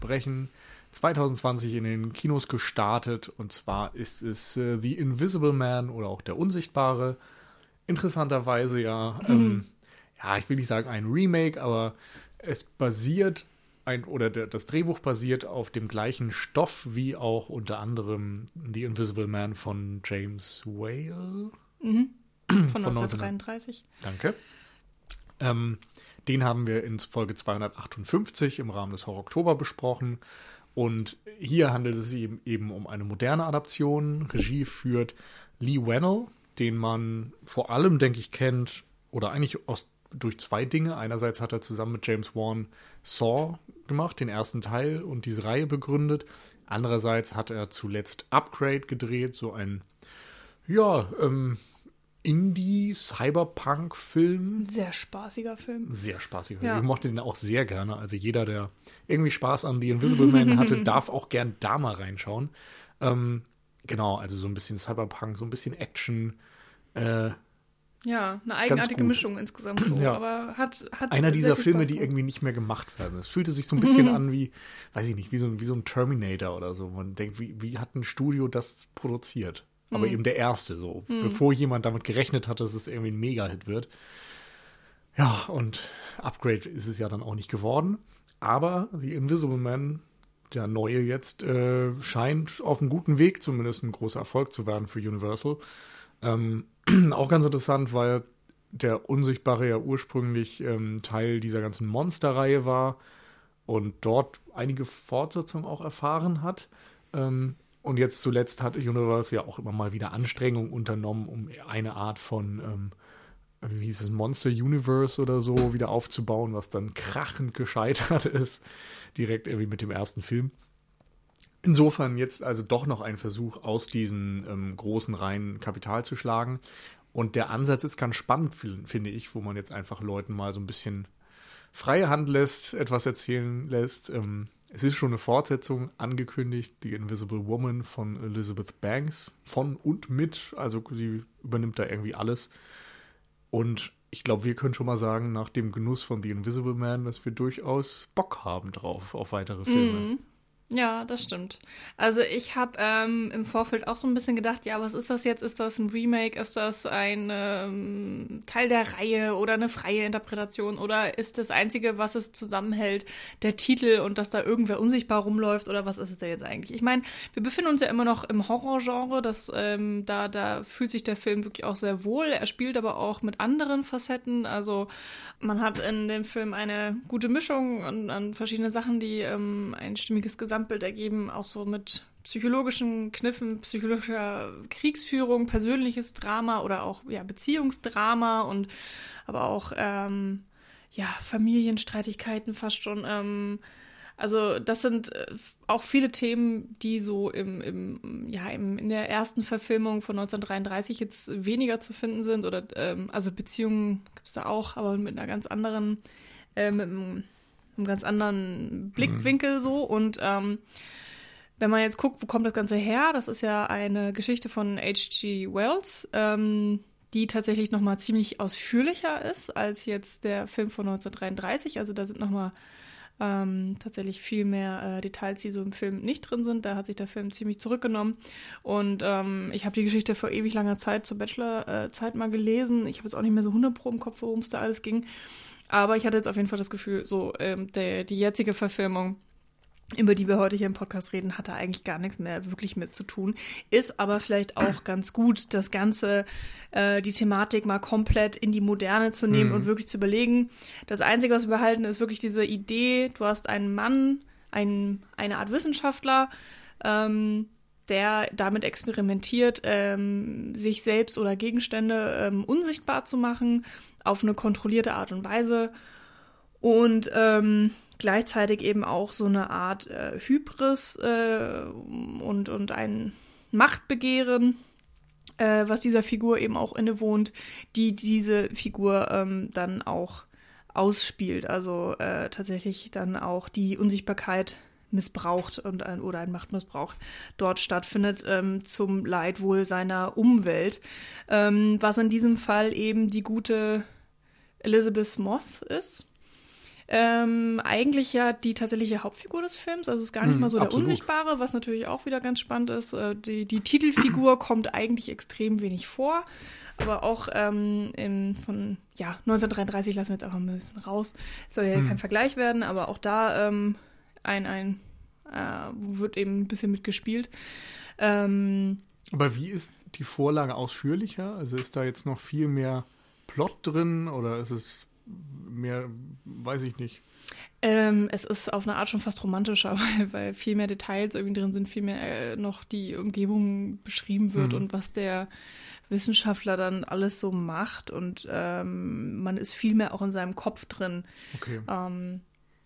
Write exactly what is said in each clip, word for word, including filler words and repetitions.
besprechen. zwanzig zwanzig in den Kinos gestartet und zwar ist es äh, The Invisible Man oder auch der Unsichtbare. Interessanterweise ja, mhm. ähm, ja, ich will nicht sagen ein Remake, aber es basiert ein, oder der, das Drehbuch basiert auf dem gleichen Stoff wie auch unter anderem The Invisible Man von James Whale. Mhm. Von, von neunzehnhundertdreiunddreißig. Danke. Ähm, den haben wir in Folge zweihundertachtundfünfzig im Rahmen des Horror-Oktober besprochen. Und hier handelt es sich eben, eben um eine moderne Adaption. Regie führt Lee Whannell, den man vor allem, denke ich, kennt, oder eigentlich aus, durch zwei Dinge. Einerseits hat er zusammen mit James Wan Saw gemacht, den ersten Teil, und diese Reihe begründet. Andererseits hat er zuletzt Upgrade gedreht, so ein, ja, ähm, Indie-Cyberpunk-Film. Sehr spaßiger Film. Sehr spaßiger ja. Film. Ich mochte den auch sehr gerne. Also jeder, der irgendwie Spaß an The Invisible Man hatte, darf auch gern da mal reinschauen. Ähm, genau, also so ein bisschen Cyberpunk, so ein bisschen Action. Äh, ja, eine eigenartige Mischung insgesamt so. Ja. Aber hat, hat einer dieser Filme, die irgendwie nicht mehr gemacht werden. Es fühlte sich so ein bisschen an wie, weiß ich nicht, wie so, wie so ein Terminator oder so. Man denkt, wie, wie hat ein Studio das produziert? Aber mhm. eben der erste, so, mhm. bevor jemand damit gerechnet hat, dass es irgendwie ein Mega-Hit wird. Ja, und Upgrade ist es ja dann auch nicht geworden. Aber The Invisible Man, der neue jetzt, äh, scheint auf einem guten Weg zumindest ein großer Erfolg zu werden für Universal. Ähm, auch ganz interessant, weil der Unsichtbare ja ursprünglich ähm, Teil dieser ganzen Monster-Reihe war und dort einige Fortsetzungen auch erfahren hat. Ähm, Und jetzt zuletzt hat Universal ja auch immer mal wieder Anstrengungen unternommen, um eine Art von, ähm, wie hieß es, Monster Universe oder so wieder aufzubauen, was dann krachend gescheitert ist, direkt irgendwie mit dem ersten Film. Insofern jetzt also doch noch ein Versuch, aus diesen ähm, großen Reihen Kapital zu schlagen. Und der Ansatz ist ganz spannend, finde ich, wo man jetzt einfach Leuten mal so ein bisschen freie Hand lässt, etwas erzählen lässt. Ähm, Es ist schon eine Fortsetzung angekündigt, The Invisible Woman von Elizabeth Banks, von und mit, also sie übernimmt da irgendwie alles. Und ich glaube, wir können schon mal sagen, nach dem Genuss von The Invisible Man, dass wir durchaus Bock haben drauf, auf weitere Filme. Mm. Ja, das stimmt. Also ich habe ähm, im Vorfeld auch so ein bisschen gedacht, ja, was ist das jetzt? Ist das ein Remake? Ist das ein ähm, Teil der Reihe oder eine freie Interpretation? Oder ist das Einzige, was es zusammenhält, der Titel und dass da irgendwer unsichtbar rumläuft? Oder was ist es denn jetzt eigentlich? Ich meine, wir befinden uns ja immer noch im Horrorgenre. Das, ähm, da, da fühlt sich der Film wirklich auch sehr wohl. Er spielt aber auch mit anderen Facetten. Also man hat in dem Film eine gute Mischung an, an verschiedenen Sachen, die ähm, ein stimmiges Gesamtbild ergeben, auch so mit psychologischen Kniffen, psychologischer Kriegsführung, persönliches Drama oder auch ja, Beziehungsdrama und aber auch ähm, ja, Familienstreitigkeiten fast schon. Ähm, also das sind äh, auch viele Themen, die so im, im, ja, im, in der ersten Verfilmung von neunzehnhundertdreiunddreißig jetzt weniger zu finden sind. Oder ähm, also Beziehungen gibt es da auch, aber mit einer ganz anderen, äh, mit einem, einem ganz anderen Blickwinkel mhm. so. Und ähm, wenn man jetzt guckt, wo kommt das Ganze her, das ist ja eine Geschichte von H G Wells, ähm, die tatsächlich nochmal ziemlich ausführlicher ist als jetzt der Film von neunzehnhundertdreiunddreißig. Also da sind nochmal Ähm, tatsächlich viel mehr äh, Details, die so im Film nicht drin sind. Da hat sich der Film ziemlich zurückgenommen. Und ähm, ich habe die Geschichte vor ewig langer Zeit zur Bachelorzeit mal gelesen. Ich habe jetzt auch nicht mehr so hundert Pro im Kopf, worum es da alles ging. Aber ich hatte jetzt auf jeden Fall das Gefühl, so ähm, der, die jetzige Verfilmung, über die wir heute hier im Podcast reden, hat da eigentlich gar nichts mehr wirklich mit zu tun. Ist aber vielleicht auch ganz gut, das Ganze, äh, die Thematik mal komplett in die Moderne zu nehmen mhm. und wirklich zu überlegen. Das Einzige, was wir behalten, ist wirklich diese Idee, du hast einen Mann, ein, eine Art Wissenschaftler, ähm, der damit experimentiert, ähm, sich selbst oder Gegenstände ähm, unsichtbar zu machen, auf eine kontrollierte Art und Weise. Und ähm, gleichzeitig eben auch so eine Art äh, Hybris äh, und, und ein Machtbegehren, äh, was dieser Figur eben auch innewohnt, die diese Figur ähm, dann auch ausspielt. Also äh, tatsächlich dann auch die Unsichtbarkeit missbraucht und ein, oder ein Machtmissbrauch dort stattfindet ähm, zum Leidwohl seiner Umwelt. Ähm, was in diesem Fall eben die gute Elizabeth Moss ist. ähm, eigentlich ja die tatsächliche Hauptfigur des Films. Also es ist gar nicht Hm, mal so der absolut. Unsichtbare, was natürlich auch wieder ganz spannend ist. Äh, die, die Titelfigur kommt eigentlich extrem wenig vor. Aber auch ähm, in, von ja, neunzehnhundertdreiunddreißig lassen wir jetzt einfach ein bisschen raus. Soll ja Hm. kein Vergleich werden, aber auch da ähm, ein, ein äh, wird eben ein bisschen mitgespielt. Ähm, Aber wie ist die Vorlage ausführlicher? Also ist da jetzt noch viel mehr Plot drin oder ist es mehr, weiß ich nicht. ähm, es ist auf eine Art schon fast romantischer, weil, weil viel mehr Details irgendwie drin sind, viel mehr äh, noch die Umgebung beschrieben wird Mhm. und was der Wissenschaftler dann alles so macht und ähm, man ist viel mehr auch in seinem Kopf drin. Okay. Ähm,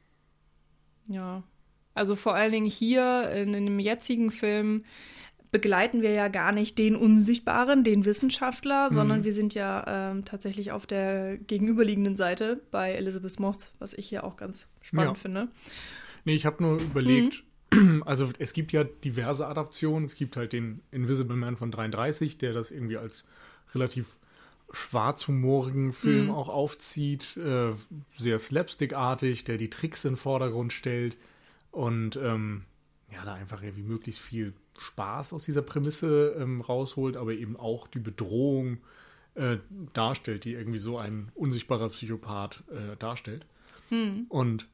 ja, also vor allen Dingen hier in, in dem jetzigen Film begleiten wir ja gar nicht den Unsichtbaren, den Wissenschaftler, Mhm. sondern wir sind ja ähm, tatsächlich auf der gegenüberliegenden Seite bei Elizabeth Moss, was ich hier auch ganz spannend Ja. finde. Nee, ich habe nur überlegt, also es gibt ja diverse Adaptionen. Es gibt halt den Invisible Man von dreiunddreißig, der das irgendwie als relativ schwarzhumorigen Film Mhm. auch aufzieht, äh, sehr slapstickartig, der die Tricks in den Vordergrund stellt und ähm, ja, da einfach irgendwie möglichst viel Spaß aus dieser Prämisse ähm, rausholt, aber eben auch die Bedrohung äh, darstellt, die irgendwie so ein unsichtbarer Psychopath äh, darstellt. Hm. Und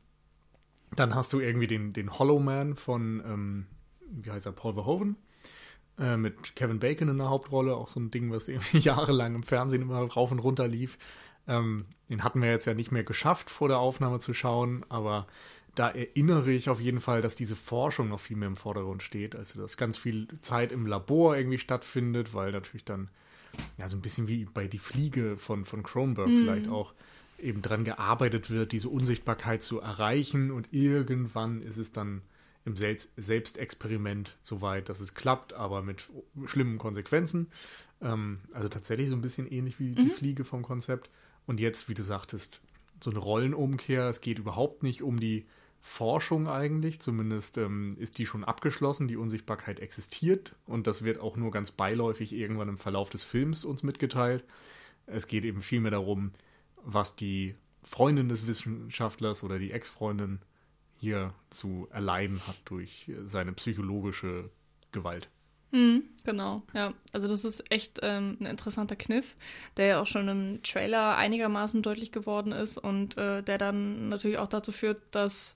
dann hast du irgendwie den, den Hollow Man von, ähm, wie heißt er, Paul Verhoeven, äh, mit Kevin Bacon in der Hauptrolle, auch so ein Ding, was irgendwie jahrelang im Fernsehen immer rauf und runter lief. Ähm, den hatten wir jetzt ja nicht mehr geschafft, vor der Aufnahme zu schauen, aber da erinnere ich auf jeden Fall, dass diese Forschung noch viel mehr im Vordergrund steht, also dass ganz viel Zeit im Labor irgendwie stattfindet, weil natürlich dann, ja, so ein bisschen wie bei Die Fliege von, von Cronenberg Mhm. vielleicht auch, eben dran gearbeitet wird, diese Unsichtbarkeit zu erreichen und irgendwann ist es dann im Sel- Selbstexperiment soweit, dass es klappt, aber mit schlimmen Konsequenzen. Ähm, also tatsächlich so ein bisschen ähnlich wie die Mhm. Fliege vom Konzept. Und jetzt, wie du sagtest, so eine Rollenumkehr. Es geht überhaupt nicht um die Forschung eigentlich, zumindest ähm, ist die schon abgeschlossen, die Unsichtbarkeit existiert und das wird auch nur ganz beiläufig irgendwann im Verlauf des Films uns mitgeteilt. Es geht eben vielmehr darum, was die Freundin des Wissenschaftlers oder die Ex-Freundin hier zu erleiden hat durch seine psychologische Gewalt. Mhm, genau, ja. Also das ist echt ähm, ein interessanter Kniff, der ja auch schon im Trailer einigermaßen deutlich geworden ist und äh, der dann natürlich auch dazu führt, dass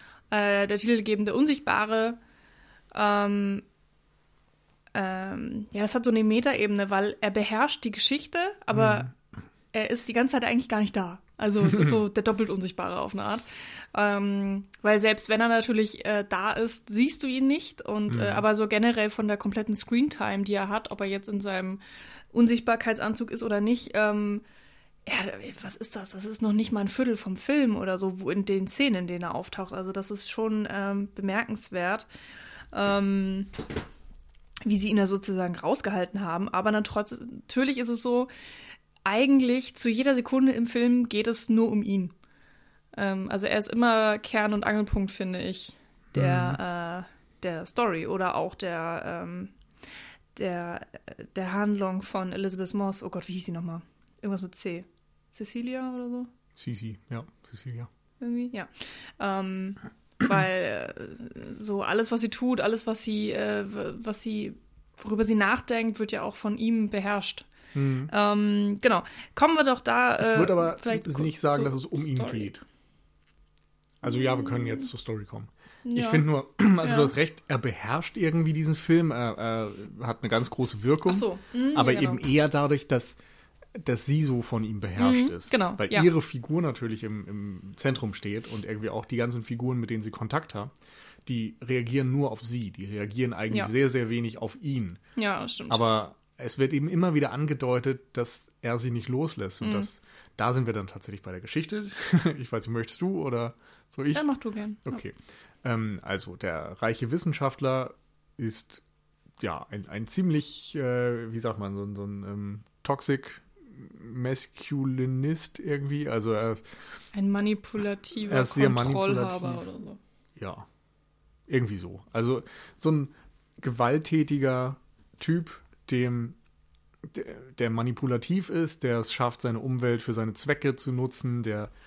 äh, der titelgebende Unsichtbare ähm, ähm, ja, das hat so eine Metaebene, weil er beherrscht die Geschichte, aber Mhm. er ist die ganze Zeit eigentlich gar nicht da. Also es ist so der doppelt Unsichtbare auf eine Art. Ähm, weil selbst wenn er natürlich äh, da ist, siehst du ihn nicht. Und Mhm. äh, aber so generell von der kompletten Screentime, die er hat, ob er jetzt in seinem Unsichtbarkeitsanzug ist oder nicht, ähm, ja, was ist das? Das ist noch nicht mal ein Viertel vom Film oder so, wo in den Szenen, in denen er auftaucht. Also das ist schon ähm, bemerkenswert, ähm, wie sie ihn da sozusagen rausgehalten haben. Aber dann trotz, natürlich ist es so, eigentlich zu jeder Sekunde im Film geht es nur um ihn. Ähm, also er ist immer Kern- und Angelpunkt, finde ich, der, äh, der Story oder auch der, ähm, der, der Handlung von Elizabeth Moss. Oh Gott, wie hieß sie nochmal? Irgendwas mit C. Cecilia oder so? Sisi, ja, Cecilia. Irgendwie, ja. Ähm, weil äh, so alles, was sie tut, alles, was sie, äh, was sie, worüber sie nachdenkt, wird ja auch von ihm beherrscht. Mhm. Ähm, genau. Kommen wir doch da. Äh, Ich würde aber vielleicht nicht sagen, zur dass es um ihn Story. geht. Also ja, wir können jetzt zur Story kommen. Ich Ja. finde nur, also Ja. du hast recht, er beherrscht irgendwie diesen Film, er, er hat eine ganz große Wirkung, Ach so. Mhm, aber ja, genau. eben eher dadurch, dass, dass sie so von ihm beherrscht Mhm, ist. genau, Weil ja. ihre Figur natürlich im, im Zentrum steht und irgendwie auch die ganzen Figuren, mit denen sie Kontakt hat, die reagieren nur auf sie, die reagieren eigentlich Ja. sehr, sehr wenig auf ihn. Ja, das stimmt. Aber es wird eben immer wieder angedeutet, dass er sie nicht loslässt. Und Mhm. das, da sind wir dann tatsächlich bei der Geschichte. Ich weiß nicht, möchtest du oder soll ich? ja, mach du gern. Okay. Ähm, also, der reiche Wissenschaftler ist ja ein, ein ziemlich, äh, wie sagt man, so, ein- so ein ähm, Toxic Masculinist irgendwie. Also, er, Ein manipulativer Er ist sehr Kontrollhaber manipulativ. oder so. ja, irgendwie so. Also, so ein gewalttätiger Typ, dem der, der manipulativ ist, der es schafft, seine Umwelt für seine Zwecke zu nutzen, der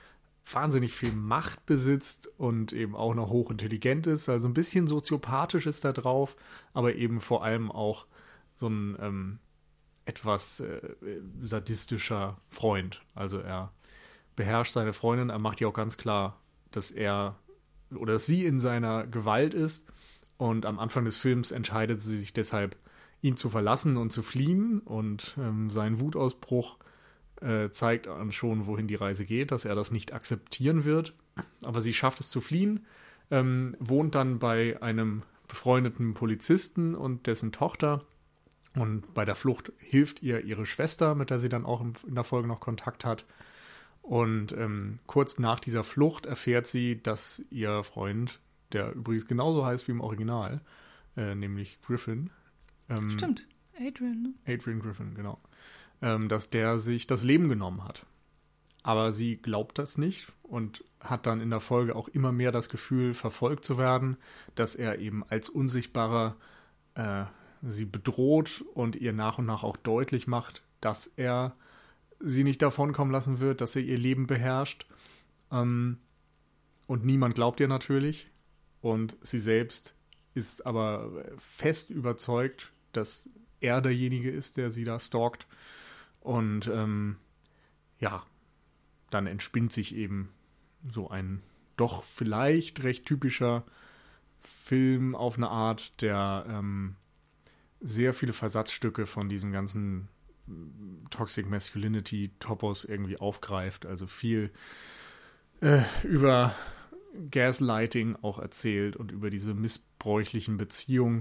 wahnsinnig viel Macht besitzt und eben auch noch hochintelligent ist. Also ein bisschen soziopathisch ist da drauf, aber eben vor allem auch so ein ähm, etwas äh, sadistischer Freund. Also er beherrscht seine Freundin, er macht ja auch ganz klar, dass er oder dass sie in seiner Gewalt ist. Und am Anfang des Films entscheidet sie sich deshalb, ihn zu verlassen und zu fliehen. Und ähm, sein Wutausbruch äh, zeigt an schon, wohin die Reise geht, dass er das nicht akzeptieren wird. Aber sie schafft es zu fliehen, ähm, wohnt dann bei einem befreundeten Polizisten und dessen Tochter. Und bei der Flucht hilft ihr ihre Schwester, mit der sie dann auch in der Folge noch Kontakt hat. Und ähm, kurz nach dieser Flucht erfährt sie, dass ihr Freund, der übrigens genauso heißt wie im Original, äh, nämlich Griffin. Ähm, Stimmt, Adrian, ne? Adrian Griffin, genau. Ähm, dass der sich das Leben genommen hat. Aber sie glaubt das nicht und hat dann in der Folge auch immer mehr das Gefühl, verfolgt zu werden, dass er eben als Unsichtbarer äh, sie bedroht und ihr nach und nach auch deutlich macht, dass er sie nicht davonkommen lassen wird, dass er ihr Leben beherrscht. Ähm, und niemand glaubt ihr natürlich. Und sie selbst ist aber fest überzeugt, dass er derjenige ist, der sie da stalkt. Und ähm, ja, dann entspinnt sich eben so ein doch vielleicht recht typischer Film auf eine Art, der ähm, sehr viele Versatzstücke von diesem ganzen Toxic Masculinity Topos irgendwie aufgreift. Also viel äh, über Gaslighting auch erzählt und über diese missbräuchlichen Beziehungen.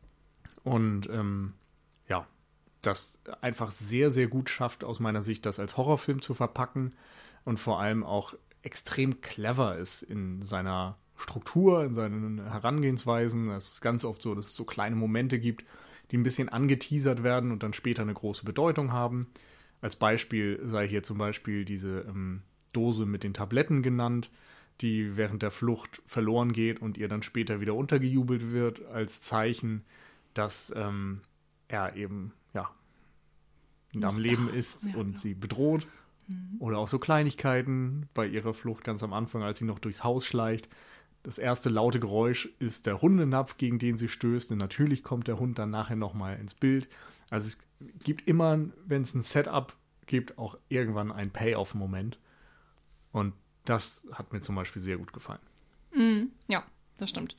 Und ähm, ja, das einfach sehr, sehr gut schafft, aus meiner Sicht, das als Horrorfilm zu verpacken und vor allem auch extrem clever ist in seiner Struktur, in seinen Herangehensweisen. Es ist ganz oft so, dass es so kleine Momente gibt, die ein bisschen angeteasert werden und dann später eine große Bedeutung haben. Als Beispiel sei hier zum Beispiel diese ähm, Dose mit den Tabletten genannt, die während der Flucht verloren geht und ihr dann später wieder untergejubelt wird, als Zeichen, dass ähm, er eben ja am Leben ist ja, und ja. sie bedroht. Mhm. Oder auch so Kleinigkeiten bei ihrer Flucht ganz am Anfang, als sie noch durchs Haus schleicht. Das erste laute Geräusch ist der Hundenapf, gegen den sie stößt. Und natürlich kommt der Hund dann nachher nochmal ins Bild. Also es gibt immer, wenn es ein Setup gibt, auch irgendwann einen Payoff-Moment. Und das hat mir zum Beispiel sehr gut gefallen. Mm, ja, das stimmt.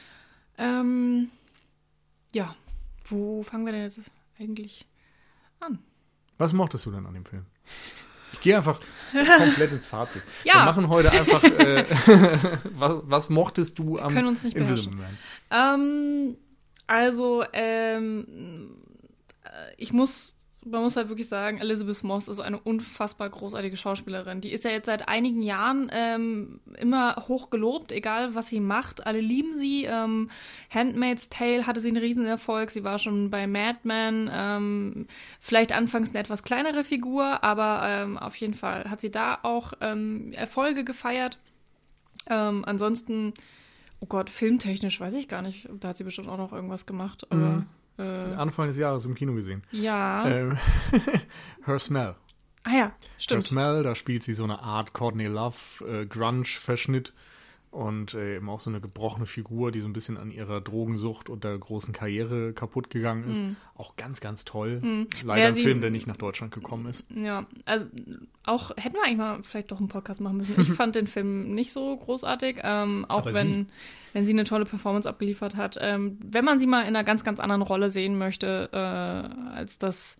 Ähm, ja, wo fangen wir denn jetzt eigentlich an? Was mochtest du denn an dem Film? Ich gehe einfach komplett ins Fazit. Ja. Wir machen heute einfach, äh, was, was mochtest du am Invisible Man? Ähm, also, ähm, ich muss, man muss halt wirklich sagen, Elisabeth Moss ist eine unfassbar großartige Schauspielerin. Die ist ja jetzt seit einigen Jahren ähm, immer hoch gelobt, egal was sie macht. Alle lieben sie. Ähm, Handmaid's Tale hatte sie einen Riesenerfolg. Sie war schon bei Mad Men. Ähm, vielleicht anfangs eine etwas kleinere Figur, aber ähm, auf jeden Fall hat sie da auch ähm, Erfolge gefeiert. Ähm, ansonsten, oh Gott, filmtechnisch weiß ich gar nicht. Da hat sie bestimmt auch noch irgendwas gemacht, aber... Mhm. Äh, Anfang des Jahres im Kino gesehen. Ja. Ähm, Her Smell. Ah ja, stimmt. Her Smell, da spielt sie so eine Art Courtney Love, äh, Grunge-Verschnitt und äh, eben auch so eine gebrochene Figur, die so ein bisschen an ihrer Drogensucht und der großen Karriere kaputt gegangen ist. Mm. Auch ganz, ganz toll. Mm. Leider ja, ein Film, der nicht nach Deutschland gekommen ist. Ja, also auch, hätten wir eigentlich mal vielleicht doch einen Podcast machen müssen. Ich fand den Film nicht so großartig, ähm, auch wenn sie. wenn sie eine tolle Performance abgeliefert hat. Ähm, wenn man sie mal in einer ganz, ganz anderen Rolle sehen möchte, äh, als das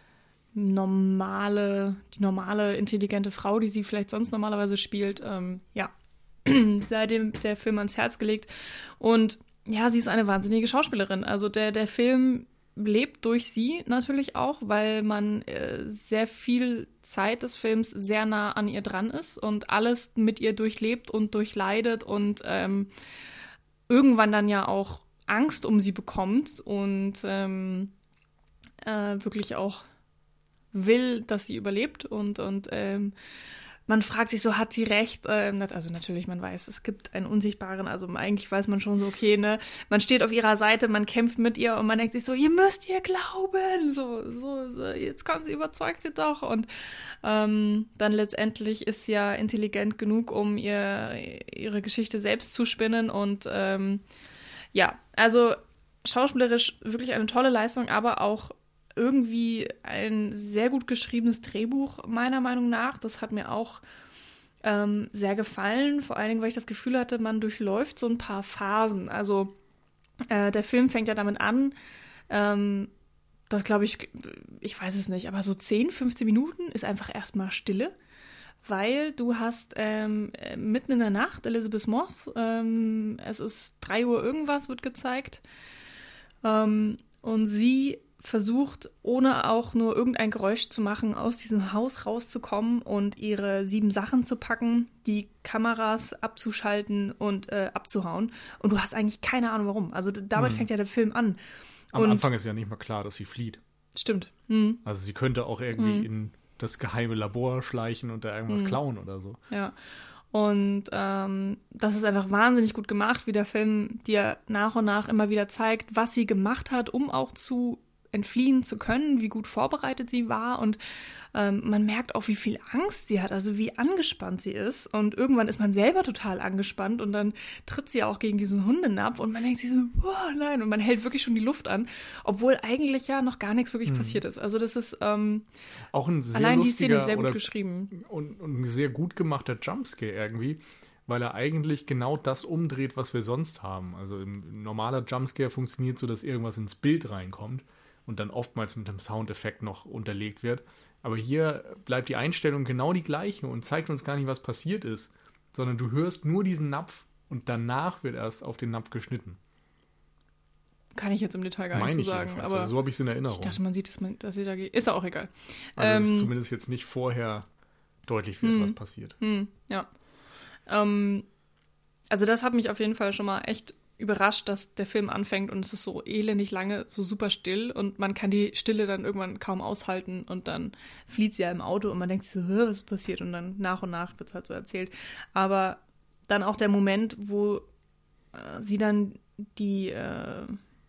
normale, die normale, intelligente Frau, die sie vielleicht sonst normalerweise spielt, ähm, ja, sei dem der Film ans Herz gelegt. Und ja, sie ist eine wahnsinnige Schauspielerin. Also der, der Film lebt durch sie natürlich auch, weil man äh, sehr viel Zeit des Films sehr nah an ihr dran ist und alles mit ihr durchlebt und durchleidet und ähm, irgendwann dann ja auch Angst um sie bekommt und ähm, äh, wirklich auch will, dass sie überlebt und, und ähm, man fragt sich so, hat sie recht? Ähm, also natürlich, man weiß, es gibt einen Unsichtbaren, also eigentlich weiß man schon so, okay, ne, man steht auf ihrer Seite, man kämpft mit ihr und man denkt sich so, ihr müsst ihr glauben, so, so, so jetzt kommt sie, überzeugt sie doch und ähm, dann letztendlich ist sie ja intelligent genug, um ihr ihre Geschichte selbst zu spinnen und ähm, ja, also schauspielerisch wirklich eine tolle Leistung, aber auch irgendwie ein sehr gut geschriebenes Drehbuch, meiner Meinung nach. Das hat mir auch ähm, sehr gefallen, vor allen Dingen, weil ich das Gefühl hatte, man durchläuft so ein paar Phasen. Also äh, der Film fängt ja damit an, ähm, das glaube ich, ich weiß es nicht, aber so zehn, fünfzehn Minuten ist einfach erstmal Stille, weil du hast ähm, mitten in der Nacht Elisabeth Moss, ähm, es ist drei Uhr irgendwas, wird gezeigt, ähm, und sie versucht, ohne auch nur irgendein Geräusch zu machen, aus diesem Haus rauszukommen und ihre sieben Sachen zu packen, die Kameras abzuschalten und äh, abzuhauen. Und du hast eigentlich keine Ahnung, warum. Also damit hm. fängt ja der Film an. Am und Anfang ist ja nicht mal klar, dass sie flieht. Stimmt. Hm. Also sie könnte auch irgendwie hm. in das geheime Labor schleichen und da irgendwas hm. klauen oder so. Ja. Und ähm, das ist einfach wahnsinnig gut gemacht, wie der Film dir nach und nach immer wieder zeigt, was sie gemacht hat, um auch zu entfliehen zu können, wie gut vorbereitet sie war und ähm, man merkt auch, wie viel Angst sie hat, also wie angespannt sie ist und irgendwann ist man selber total angespannt und dann tritt sie auch gegen diesen Hundenapf und man denkt sich so, boah, nein, und man hält wirklich schon die Luft an, obwohl eigentlich ja noch gar nichts wirklich hm. passiert ist. Also das ist ähm, auch ein sehr allein lustiger die Szene sehr gut oder, geschrieben. Und, und ein sehr gut gemachter Jumpscare irgendwie, weil er eigentlich genau das umdreht, was wir sonst haben. Also ein normaler Jumpscare funktioniert so, dass irgendwas ins Bild reinkommt und dann oftmals mit einem Soundeffekt noch unterlegt wird. Aber hier bleibt die Einstellung genau die gleiche und zeigt uns gar nicht, was passiert ist, sondern du hörst nur diesen Napf und danach wird erst auf den Napf geschnitten. Kann ich jetzt im Detail gar Meine nicht so ich sagen. jedenfalls. Aber also so habe ich es in Erinnerung. Ich dachte, man sieht, dass, man, dass sie da geht. Ist auch egal. Also ähm, es ist zumindest jetzt nicht vorher deutlich wird, hm, was passiert. Hm, ja. Ähm, also das hat mich auf jeden Fall schon mal echt überrascht, dass der Film anfängt und es ist so elendig lange, so super still und man kann die Stille dann irgendwann kaum aushalten und dann flieht sie ja im Auto und man denkt sich so, was ist passiert? Und dann nach und nach wird es halt so erzählt. Aber dann auch der Moment, wo äh, sie dann die, äh,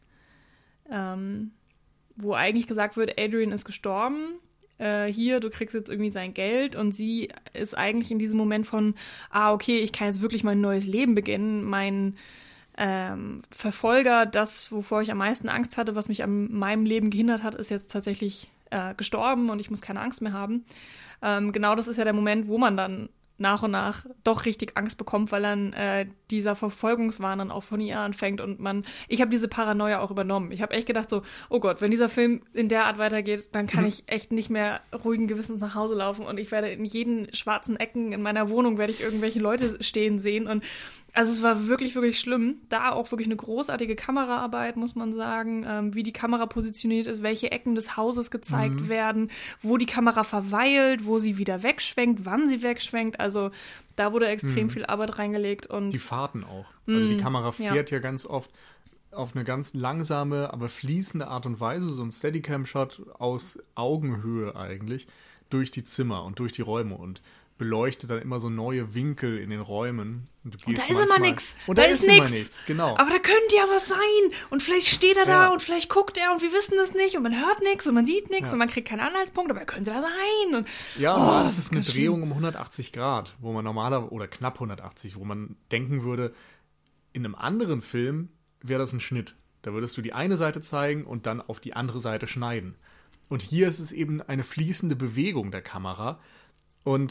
ähm, wo eigentlich gesagt wird, Adrian ist gestorben, äh, hier, du kriegst jetzt irgendwie sein Geld und sie ist eigentlich in diesem Moment von, ah, okay, ich kann jetzt wirklich mein neues Leben beginnen, mein Ähm, Verfolger, das, wovor ich am meisten Angst hatte, was mich an meinem Leben gehindert hat, ist jetzt tatsächlich äh, gestorben und ich muss keine Angst mehr haben. Ähm, genau das ist ja der Moment, wo man dann nach und nach doch richtig Angst bekommt, weil dann äh, dieser Verfolgungswahn dann auch von ihr anfängt und man, ich habe diese Paranoia auch übernommen. Ich habe echt gedacht so, oh Gott, wenn dieser Film in der Art weitergeht, dann kann ich echt nicht mehr ruhigen Gewissens nach Hause laufen und ich werde in jeden schwarzen Ecken in meiner Wohnung werde ich irgendwelche Leute stehen sehen und also es war wirklich, wirklich schlimm. Da auch wirklich eine großartige Kameraarbeit, muss man sagen, ähm, wie die Kamera positioniert ist, welche Ecken des Hauses gezeigt mhm. werden, wo die Kamera verweilt, wo sie wieder wegschwenkt, wann sie wegschwenkt. Also da wurde extrem mhm. viel Arbeit reingelegt. Und die Fahrten auch. Also die Mhm. Kamera fährt Ja. ja ganz oft auf eine ganz langsame, aber fließende Art und Weise, so ein Steadicam-Shot aus Augenhöhe eigentlich, durch die Zimmer und durch die Räume und beleuchtet dann immer so neue Winkel in den Räumen. Und, du Und gehst da ist immer manchmal- nix. Und Da da, ist ist immer nix. nichts, genau. Aber da könnte ja was sein. Und vielleicht steht er da Ja. und vielleicht guckt er und wir wissen es nicht und man hört nichts und man sieht nichts Ja. und man kriegt keinen Anhaltspunkt, aber er könnte da sein. Und Ja, Oh, aber das das ist ist eine ganz Drehung um hundertachtzig Grad, wo man normaler oder knapp hundertachtzig, wo man denken würde, in einem anderen Film wäre das ein Schnitt. Da würdest du die eine Seite zeigen und dann auf die andere Seite schneiden. Und hier ist es eben eine fließende Bewegung der Kamera. Und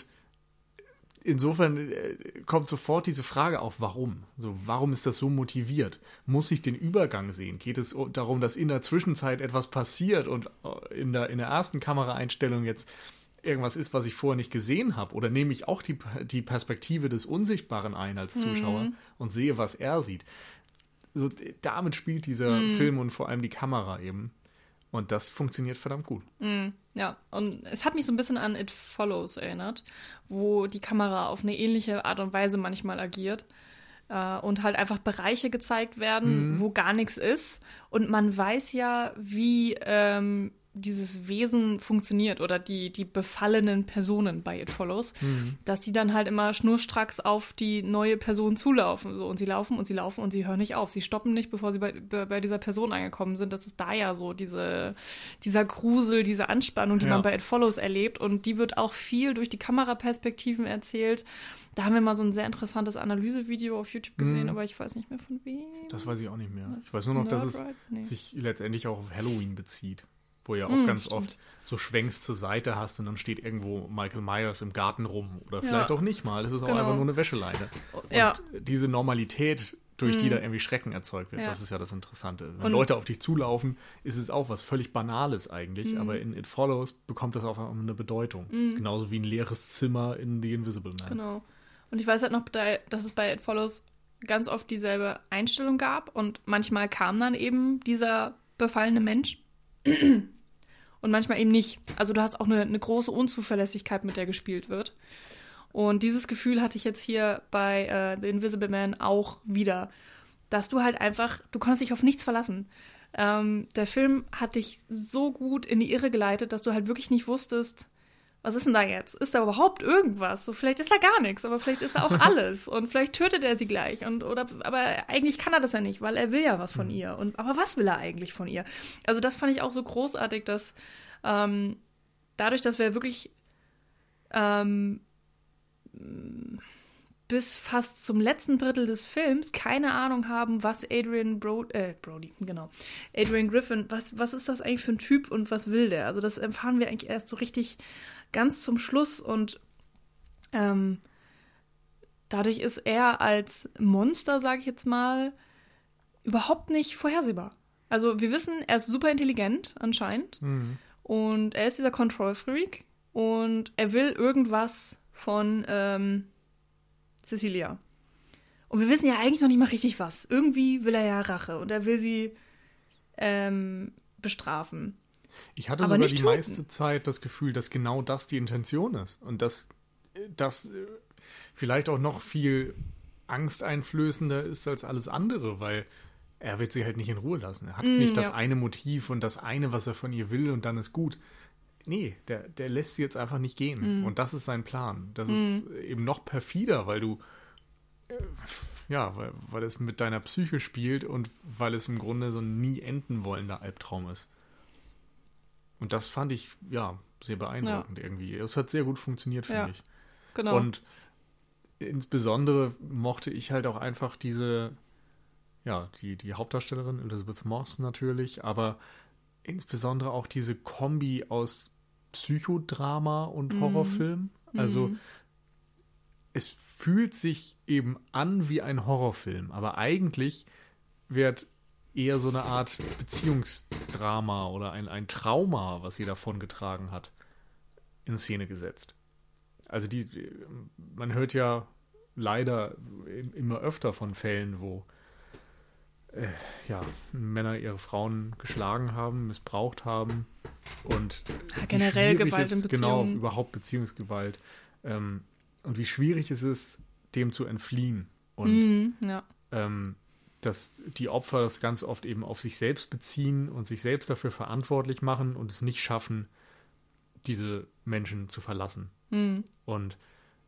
insofern äh, kommt sofort diese Frage auf, warum? So, warum ist das so motiviert? Muss ich den Übergang sehen? Geht es darum, dass in der Zwischenzeit etwas passiert und in der, in der ersten Kameraeinstellung jetzt irgendwas ist, was ich vorher nicht gesehen habe? Oder nehme ich auch die, die Perspektive des Unsichtbaren ein als Zuschauer Mhm. und sehe, was er sieht? So, damit spielt dieser Mhm. Film und vor allem die Kamera eben. Und das funktioniert verdammt gut. Mm, ja, und es hat mich so ein bisschen an It Follows erinnert, wo die Kamera auf eine ähnliche Art und Weise manchmal agiert äh, und halt einfach Bereiche gezeigt werden, Mhm. wo gar nichts ist. Und man weiß ja, wie ähm, dieses Wesen funktioniert oder die, die befallenen Personen bei It Follows, mhm. dass die dann halt immer schnurstracks auf die neue Person zulaufen. So. Und sie laufen und sie laufen und sie hören nicht auf. Sie stoppen nicht, bevor sie bei, bei, bei dieser Person angekommen sind. Das ist da ja so, diese, dieser Grusel, diese Anspannung, die ja. man bei It Follows erlebt. Und die wird auch viel durch die Kameraperspektiven erzählt. Da haben wir mal so ein sehr interessantes Analysevideo auf YouTube gesehen, mhm. aber ich weiß nicht mehr von wem. Das weiß ich auch nicht mehr. Was ich weiß nur noch, dass es nee. sich letztendlich auch auf Halloween bezieht. Wo ja auch mm, ganz stimmt. oft so Schwenks zur Seite hast und dann steht irgendwo Michael Myers im Garten rum. Oder vielleicht ja. auch nicht mal. Es ist auch genau. einfach nur eine Wäscheleine. Und ja. diese Normalität, durch mm. die da irgendwie Schrecken erzeugt wird, ja. das ist ja das Interessante. Wenn und Leute auf dich zulaufen, ist es auch was völlig Banales eigentlich. Mm. Aber in It Follows bekommt das auch eine Bedeutung. Mm. Genauso wie ein leeres Zimmer in The Invisible Man. Genau. Und ich weiß halt noch, dass es bei It Follows ganz oft dieselbe Einstellung gab. Und manchmal kam dann eben dieser befallene Mensch. Und manchmal eben nicht. Also du hast auch eine, eine große Unzuverlässigkeit, mit der gespielt wird. Und dieses Gefühl hatte ich jetzt hier bei äh, The Invisible Man auch wieder. Dass du halt einfach, du konntest dich auf nichts verlassen. Ähm, der Film hat dich so gut in die Irre geleitet, dass du halt wirklich nicht wusstest, was ist denn da jetzt? Ist da überhaupt irgendwas? So, vielleicht ist da gar nichts, aber vielleicht ist da auch alles. Und vielleicht tötet er sie gleich. Und, oder, aber eigentlich kann er das ja nicht, weil er will ja was von ihr. Und, aber was will er eigentlich von ihr? Also das fand ich auch so großartig, dass ähm, dadurch, dass wir wirklich ähm, bis fast zum letzten Drittel des Films keine Ahnung haben, was Adrian Bro- äh, Brody, genau, Adrian Griffin, was, was ist das eigentlich für ein Typ und was will der? Also das erfahren wir eigentlich erst so richtig ganz zum Schluss und ähm, dadurch ist er als Monster, sage ich jetzt mal, überhaupt nicht vorhersehbar. Also wir wissen, er ist super intelligent anscheinend mhm. und er ist dieser Control-Freak und er will irgendwas von ähm, Cecilia. Und wir wissen ja eigentlich noch nicht mal richtig was. Irgendwie will er ja Rache und er will sie ähm, bestrafen. Ich hatte aber sogar die töten. meiste Zeit das Gefühl, dass genau das die Intention ist. Und dass das vielleicht auch noch viel angsteinflößender ist als alles andere, weil er wird sie halt nicht in Ruhe lassen. Er hat mm, nicht das ja. eine Motiv und das eine, was er von ihr will und dann ist gut. Nee, der, der lässt sie jetzt einfach nicht gehen. Mm. Und das ist sein Plan. Das mm. ist eben noch perfider, weil du ja, weil, weil es mit deiner Psyche spielt und weil es im Grunde so ein nie enden wollender Albtraum ist. Und das fand ich, ja, sehr beeindruckend ja. irgendwie. Es hat sehr gut funktioniert, finde ja, ich. Genau. Und insbesondere mochte ich halt auch einfach diese, ja, die, die Hauptdarstellerin, Elizabeth Moss natürlich, aber insbesondere auch diese Kombi aus Psychodrama und mhm. Horrorfilm. Also mhm. es fühlt sich eben an wie ein Horrorfilm, aber eigentlich wird eher so eine Art Beziehungsdrama oder ein, ein Trauma, was sie davon getragen hat, in Szene gesetzt. Also die, man hört ja leider immer öfter von Fällen, wo äh, ja, Männer ihre Frauen geschlagen haben, missbraucht haben und ja, generell Gewalt in Beziehungen. Genau, überhaupt Beziehungsgewalt. Ähm, und wie schwierig es ist, dem zu entfliehen. Und mm, ja. ähm, dass die Opfer das ganz oft eben auf sich selbst beziehen und sich selbst dafür verantwortlich machen und es nicht schaffen, diese Menschen zu verlassen. Mhm. Und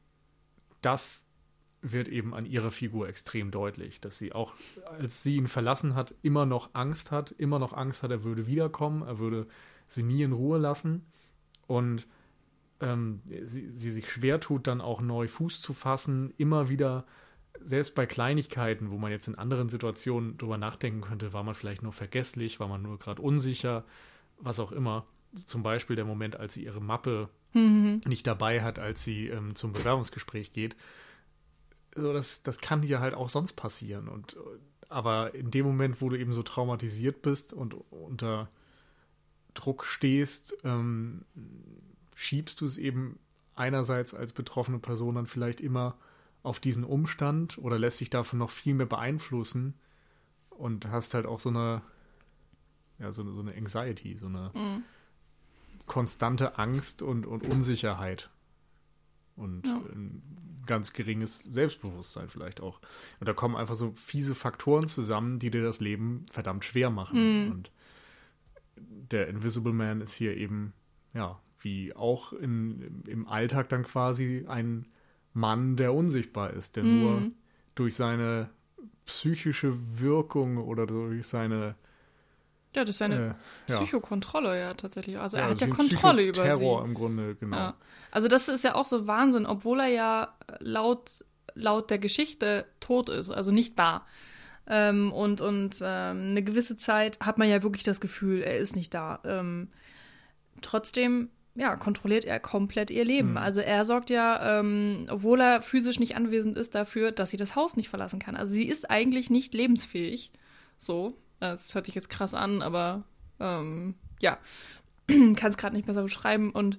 das wird eben an ihrer Figur extrem deutlich, dass sie auch, als sie ihn verlassen hat, immer noch Angst hat, immer noch Angst hat, er würde wiederkommen, er würde sie nie in Ruhe lassen und ähm, sie, sie sich schwer tut, dann auch neu Fuß zu fassen, immer wieder. Selbst bei Kleinigkeiten, wo man jetzt in anderen Situationen drüber nachdenken könnte, war man vielleicht nur vergesslich, war man nur gerade unsicher, was auch immer. Zum Beispiel der Moment, als sie ihre Mappe mhm. nicht dabei hat, als sie ähm, zum Bewerbungsgespräch geht. So, das, das kann dir halt auch sonst passieren. Und, aber in dem Moment, wo du eben so traumatisiert bist und unter Druck stehst, ähm, schiebst du es eben einerseits als betroffene Person dann vielleicht immer auf diesen Umstand oder lässt sich davon noch viel mehr beeinflussen und hast halt auch so eine ja, so, so eine Anxiety, so eine mhm. konstante Angst und, und Unsicherheit und ja. ein ganz geringes Selbstbewusstsein vielleicht auch. Und da kommen einfach so fiese Faktoren zusammen, die dir das Leben verdammt schwer machen. Mhm. Und der Invisible Man ist hier eben, ja, wie auch in, im Alltag dann quasi ein Mann, der unsichtbar ist, der mm. nur durch seine psychische Wirkung oder durch seine Ja, das ist seine äh, Psychokontrolle ja tatsächlich. Also ja, er hat also ja Kontrolle über sie. Terror im Grunde, genau. Ja. Also das ist ja auch so Wahnsinn, obwohl er ja laut, laut der Geschichte tot ist, also nicht da. Ähm, und und ähm, eine gewisse Zeit hat man ja wirklich das Gefühl, er ist nicht da. Ähm, trotzdem, ja, kontrolliert er komplett ihr Leben. Mhm. Also er sorgt ja, ähm, obwohl er physisch nicht anwesend ist, dafür, dass sie das Haus nicht verlassen kann. Also sie ist eigentlich nicht lebensfähig. So. Das hört sich jetzt krass an, aber ähm, ja, kann es gerade nicht besser beschreiben. Und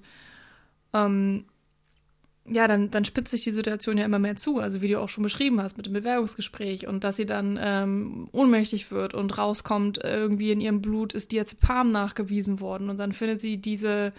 ähm, ja, dann, dann spitzt sich die Situation ja immer mehr zu. Also wie du auch schon beschrieben hast mit dem Bewerbungsgespräch und dass sie dann ähm, ohnmächtig wird und rauskommt, irgendwie in ihrem Blut ist Diazepam nachgewiesen worden. Und dann findet sie diese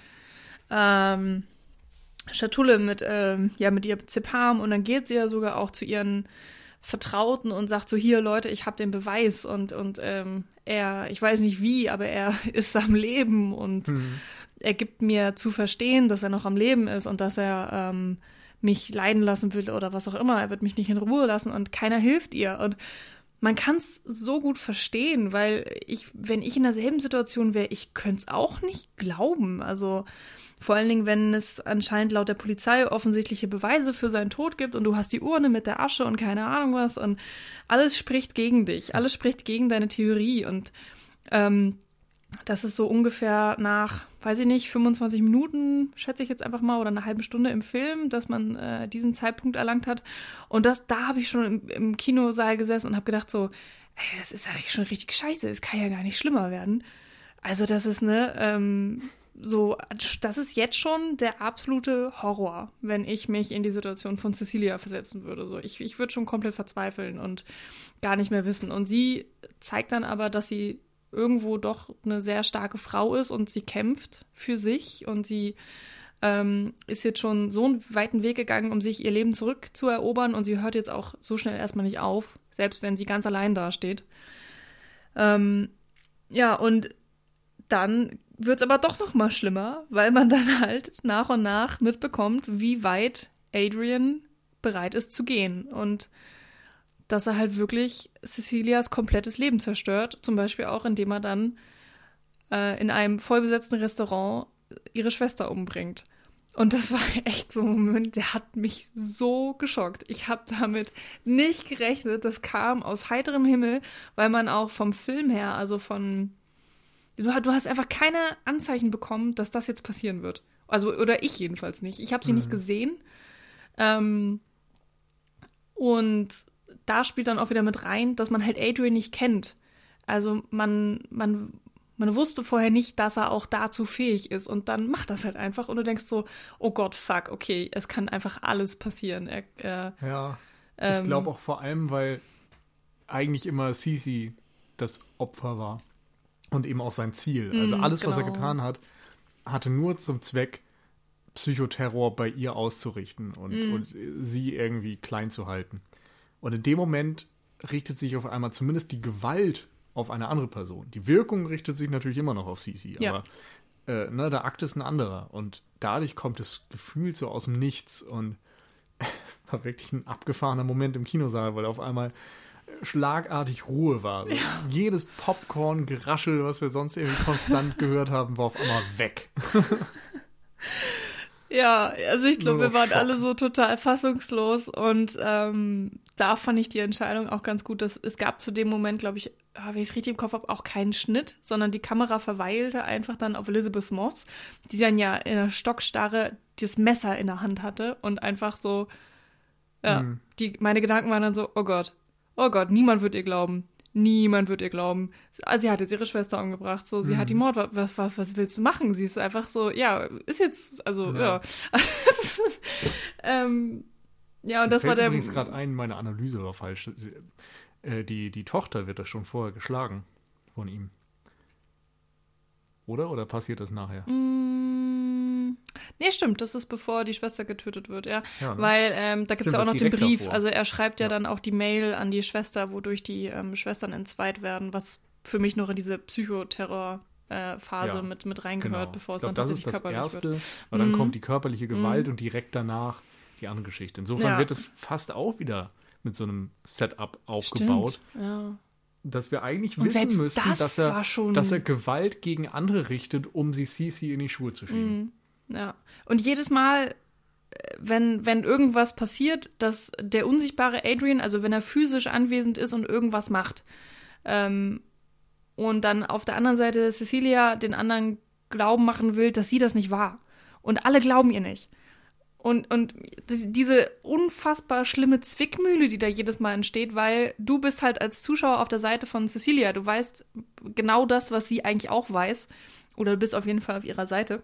ähm, Schatulle mit, ähm, ja, mit Diazepam und dann geht sie ja sogar auch zu ihren Vertrauten und sagt so, hier Leute, ich habe den Beweis und, und ähm, er, ich weiß nicht wie, aber er ist am Leben und mhm. er gibt mir zu verstehen, dass er noch am Leben ist und dass er ähm, mich leiden lassen will oder was auch immer. Er wird mich nicht in Ruhe lassen und keiner hilft ihr. Und man kann es so gut verstehen, weil ich, wenn ich in derselben Situation wäre, ich könnte es auch nicht glauben. Also vor allen Dingen, wenn es anscheinend laut der Polizei offensichtliche Beweise für seinen Tod gibt und du hast die Urne mit der Asche und keine Ahnung was und alles spricht gegen dich, alles spricht gegen deine Theorie und ähm, das ist so ungefähr nach, weiß ich nicht, fünfundzwanzig Minuten, schätze ich jetzt einfach mal, oder eine halbe Stunde im Film, dass man äh, diesen Zeitpunkt erlangt hat und das, da habe ich schon im, im Kinosaal gesessen und habe gedacht so, ey, das ist eigentlich schon richtig scheiße, es kann ja gar nicht schlimmer werden. Also das ist, ne, ähm, so, das ist jetzt schon der absolute Horror, wenn ich mich in die Situation von Cecilia versetzen würde. So, ich, ich würde schon komplett verzweifeln und gar nicht mehr wissen. Und sie zeigt dann aber, dass sie irgendwo doch eine sehr starke Frau ist und sie kämpft für sich und sie ähm, ist jetzt schon so einen weiten Weg gegangen, um sich ihr Leben zurückzuerobern und sie hört jetzt auch so schnell erstmal nicht auf, selbst wenn sie ganz allein dasteht. Ähm, ja, und dann wird es aber doch noch mal schlimmer, weil man dann halt nach und nach mitbekommt, wie weit Adrian bereit ist zu gehen und dass er halt wirklich Cecilias komplettes Leben zerstört, zum Beispiel auch, indem er dann äh, in einem vollbesetzten Restaurant ihre Schwester umbringt. Und das war echt so ein Moment, der hat mich so geschockt. Ich habe damit nicht gerechnet, das kam aus heiterem Himmel, weil man auch vom Film her, also von Du, du hast einfach keine Anzeichen bekommen, dass das jetzt passieren wird. Also, oder ich jedenfalls nicht. Ich habe sie mhm. nicht gesehen. Ähm, und da spielt dann auch wieder mit rein, dass man halt Adrian nicht kennt. Also man, man, man wusste vorher nicht, dass er auch dazu fähig ist. Und dann macht das halt einfach. Und du denkst so, oh Gott, fuck, okay, es kann einfach alles passieren. Er, er, ja, ähm, ich glaube auch vor allem, weil eigentlich immer Cici das Opfer war. Und eben auch sein Ziel. Also alles, genau. was er getan hat, hatte nur zum Zweck, Psychoterror bei ihr auszurichten und, mm. und sie irgendwie klein zu halten. Und in dem Moment richtet sich auf einmal zumindest die Gewalt auf eine andere Person. Die Wirkung richtet sich natürlich immer noch auf Cici, ja. aber äh, ne, der Akt ist ein anderer. Und dadurch kommt das Gefühl so aus dem Nichts. Und es war wirklich ein abgefahrener Moment im Kinosaal, weil auf einmal schlagartig Ruhe war. Also ja. Jedes Popcorn-Geraschel, was wir sonst irgendwie konstant gehört haben, war auf einmal weg. Ja, also ich glaube, wir waren Schock. alle so total fassungslos und ähm, da fand ich die Entscheidung auch ganz gut, dass es gab zu dem Moment, glaube ich, wenn ich es richtig im Kopf habe, auch keinen Schnitt, sondern die Kamera verweilte einfach dann auf Elizabeth Moss, die dann ja in der Stockstarre das Messer in der Hand hatte und einfach so, ja, mhm. die, meine Gedanken waren dann so, oh Gott, oh Gott, niemand wird ihr glauben. Niemand wird ihr glauben. Also sie hat jetzt ihre Schwester umgebracht, so, sie mhm. hat die Mord, was, was, was willst du machen? Sie ist einfach so, ja, ist jetzt, also, ja. ja. ähm, ja, und Mir das war der... Mir fällt gerade ein, meine Analyse war falsch. Sie, äh, die, die Tochter wird doch schon vorher geschlagen von ihm. Oder? Oder passiert das nachher? Mm, nee, stimmt. Das ist bevor die Schwester getötet wird, ja. ja ne? Weil ähm, da gibt es ja auch noch den Brief. Davor. Also er schreibt ja, ja dann auch die Mail an die Schwester, wodurch die ähm, Schwestern entzweit werden, was für mich noch in diese Psychoterror Phase ja, mit, mit reingehört, genau. bevor es glaub, dann tatsächlich körperlich wird. Das ist das wird. Erste, weil dann Mhm. kommt die körperliche Gewalt Mhm. und direkt danach die andere Geschichte. Insofern Ja. wird es fast auch wieder mit so einem Setup aufgebaut, Stimmt, ja. dass wir eigentlich Und wissen selbst müssten, das dass, er, war schon- dass er Gewalt gegen andere richtet, um sie Cece in die Schuhe zu schieben. Mhm. Ja. Und jedes Mal, äh, wenn, wenn irgendwas passiert, dass der unsichtbare Adrian, also wenn er physisch anwesend ist und irgendwas macht, ähm, und dann auf der anderen Seite Cecilia den anderen glauben machen will, dass sie das nicht war. Und alle glauben ihr nicht. Und, und diese unfassbar schlimme Zwickmühle, die da jedes Mal entsteht, weil du bist halt als Zuschauer auf der Seite von Cecilia. Du weißt genau das, was sie eigentlich auch weiß. Oder du bist auf jeden Fall auf ihrer Seite.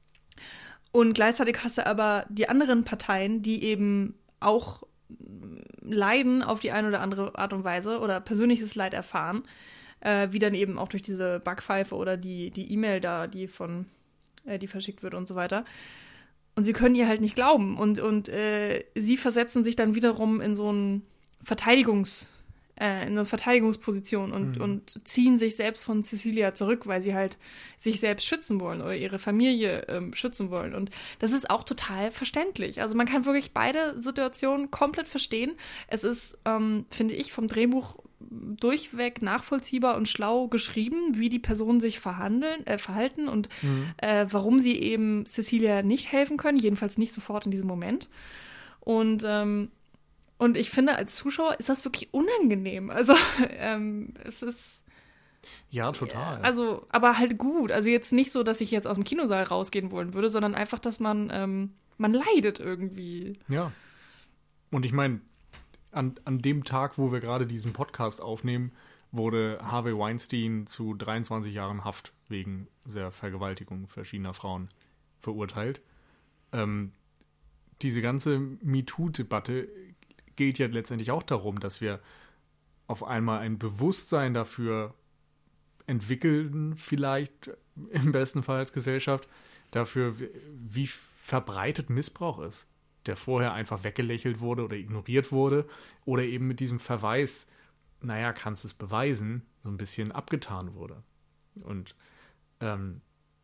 Und gleichzeitig hast du aber die anderen Parteien, die eben auch leiden auf die eine oder andere Art und Weise oder persönliches Leid erfahren. Äh, wie dann eben auch durch diese Backpfeife oder die die E-Mail da, die von, äh, die verschickt wird und so weiter. Und sie können ihr halt nicht glauben. Und, und äh, sie versetzen sich dann wiederum in so ein Verteidigungs, äh, in eine Verteidigungsposition und, Mhm. und ziehen sich selbst von Cecilia zurück, weil sie halt sich selbst schützen wollen oder ihre Familie ähm, schützen wollen. Und das ist auch total verständlich. Also man kann wirklich beide Situationen komplett verstehen. Es ist, ähm, finde ich, vom Drehbuch durchweg nachvollziehbar und schlau geschrieben, wie die Personen sich verhandeln, äh, verhalten und Mhm. äh, warum sie eben Cecilia nicht helfen können, jedenfalls nicht sofort in diesem Moment. Und, ähm, und ich finde, als Zuschauer ist das wirklich unangenehm. Also ähm, es ist Ja, total. also, aber halt gut. Also jetzt nicht so, dass ich jetzt aus dem Kinosaal rausgehen wollen würde, sondern einfach, dass man, ähm, man leidet irgendwie. Ja. Und ich meine, an, an dem Tag, wo wir gerade diesen Podcast aufnehmen, wurde Harvey Weinstein zu dreiundzwanzig Jahren Haft wegen der Vergewaltigung verschiedener Frauen verurteilt. Ähm, diese ganze MeToo-Debatte geht ja letztendlich auch darum, dass wir auf einmal ein Bewusstsein dafür entwickeln, vielleicht im besten Fall als Gesellschaft, dafür, wie verbreitet Missbrauch ist, der vorher einfach weggelächelt wurde oder ignoriert wurde oder eben mit diesem Verweis, naja, kannst es beweisen, so ein bisschen abgetan wurde. Und ähm,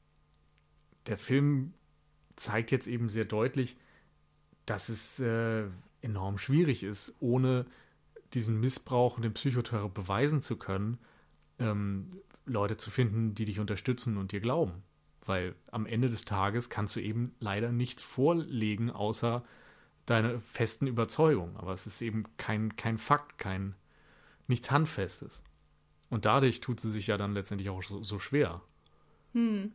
der Film zeigt jetzt eben sehr deutlich, dass es äh, enorm schwierig ist, ohne diesen Missbrauch und den Psychotherapie beweisen zu können, ähm, Leute zu finden, die dich unterstützen und dir glauben. Weil am Ende des Tages kannst du eben leider nichts vorlegen, außer deine festen Überzeugungen. Aber es ist eben kein, kein Fakt, kein nichts Handfestes. Und dadurch tut sie sich ja dann letztendlich auch so, so schwer. Hm.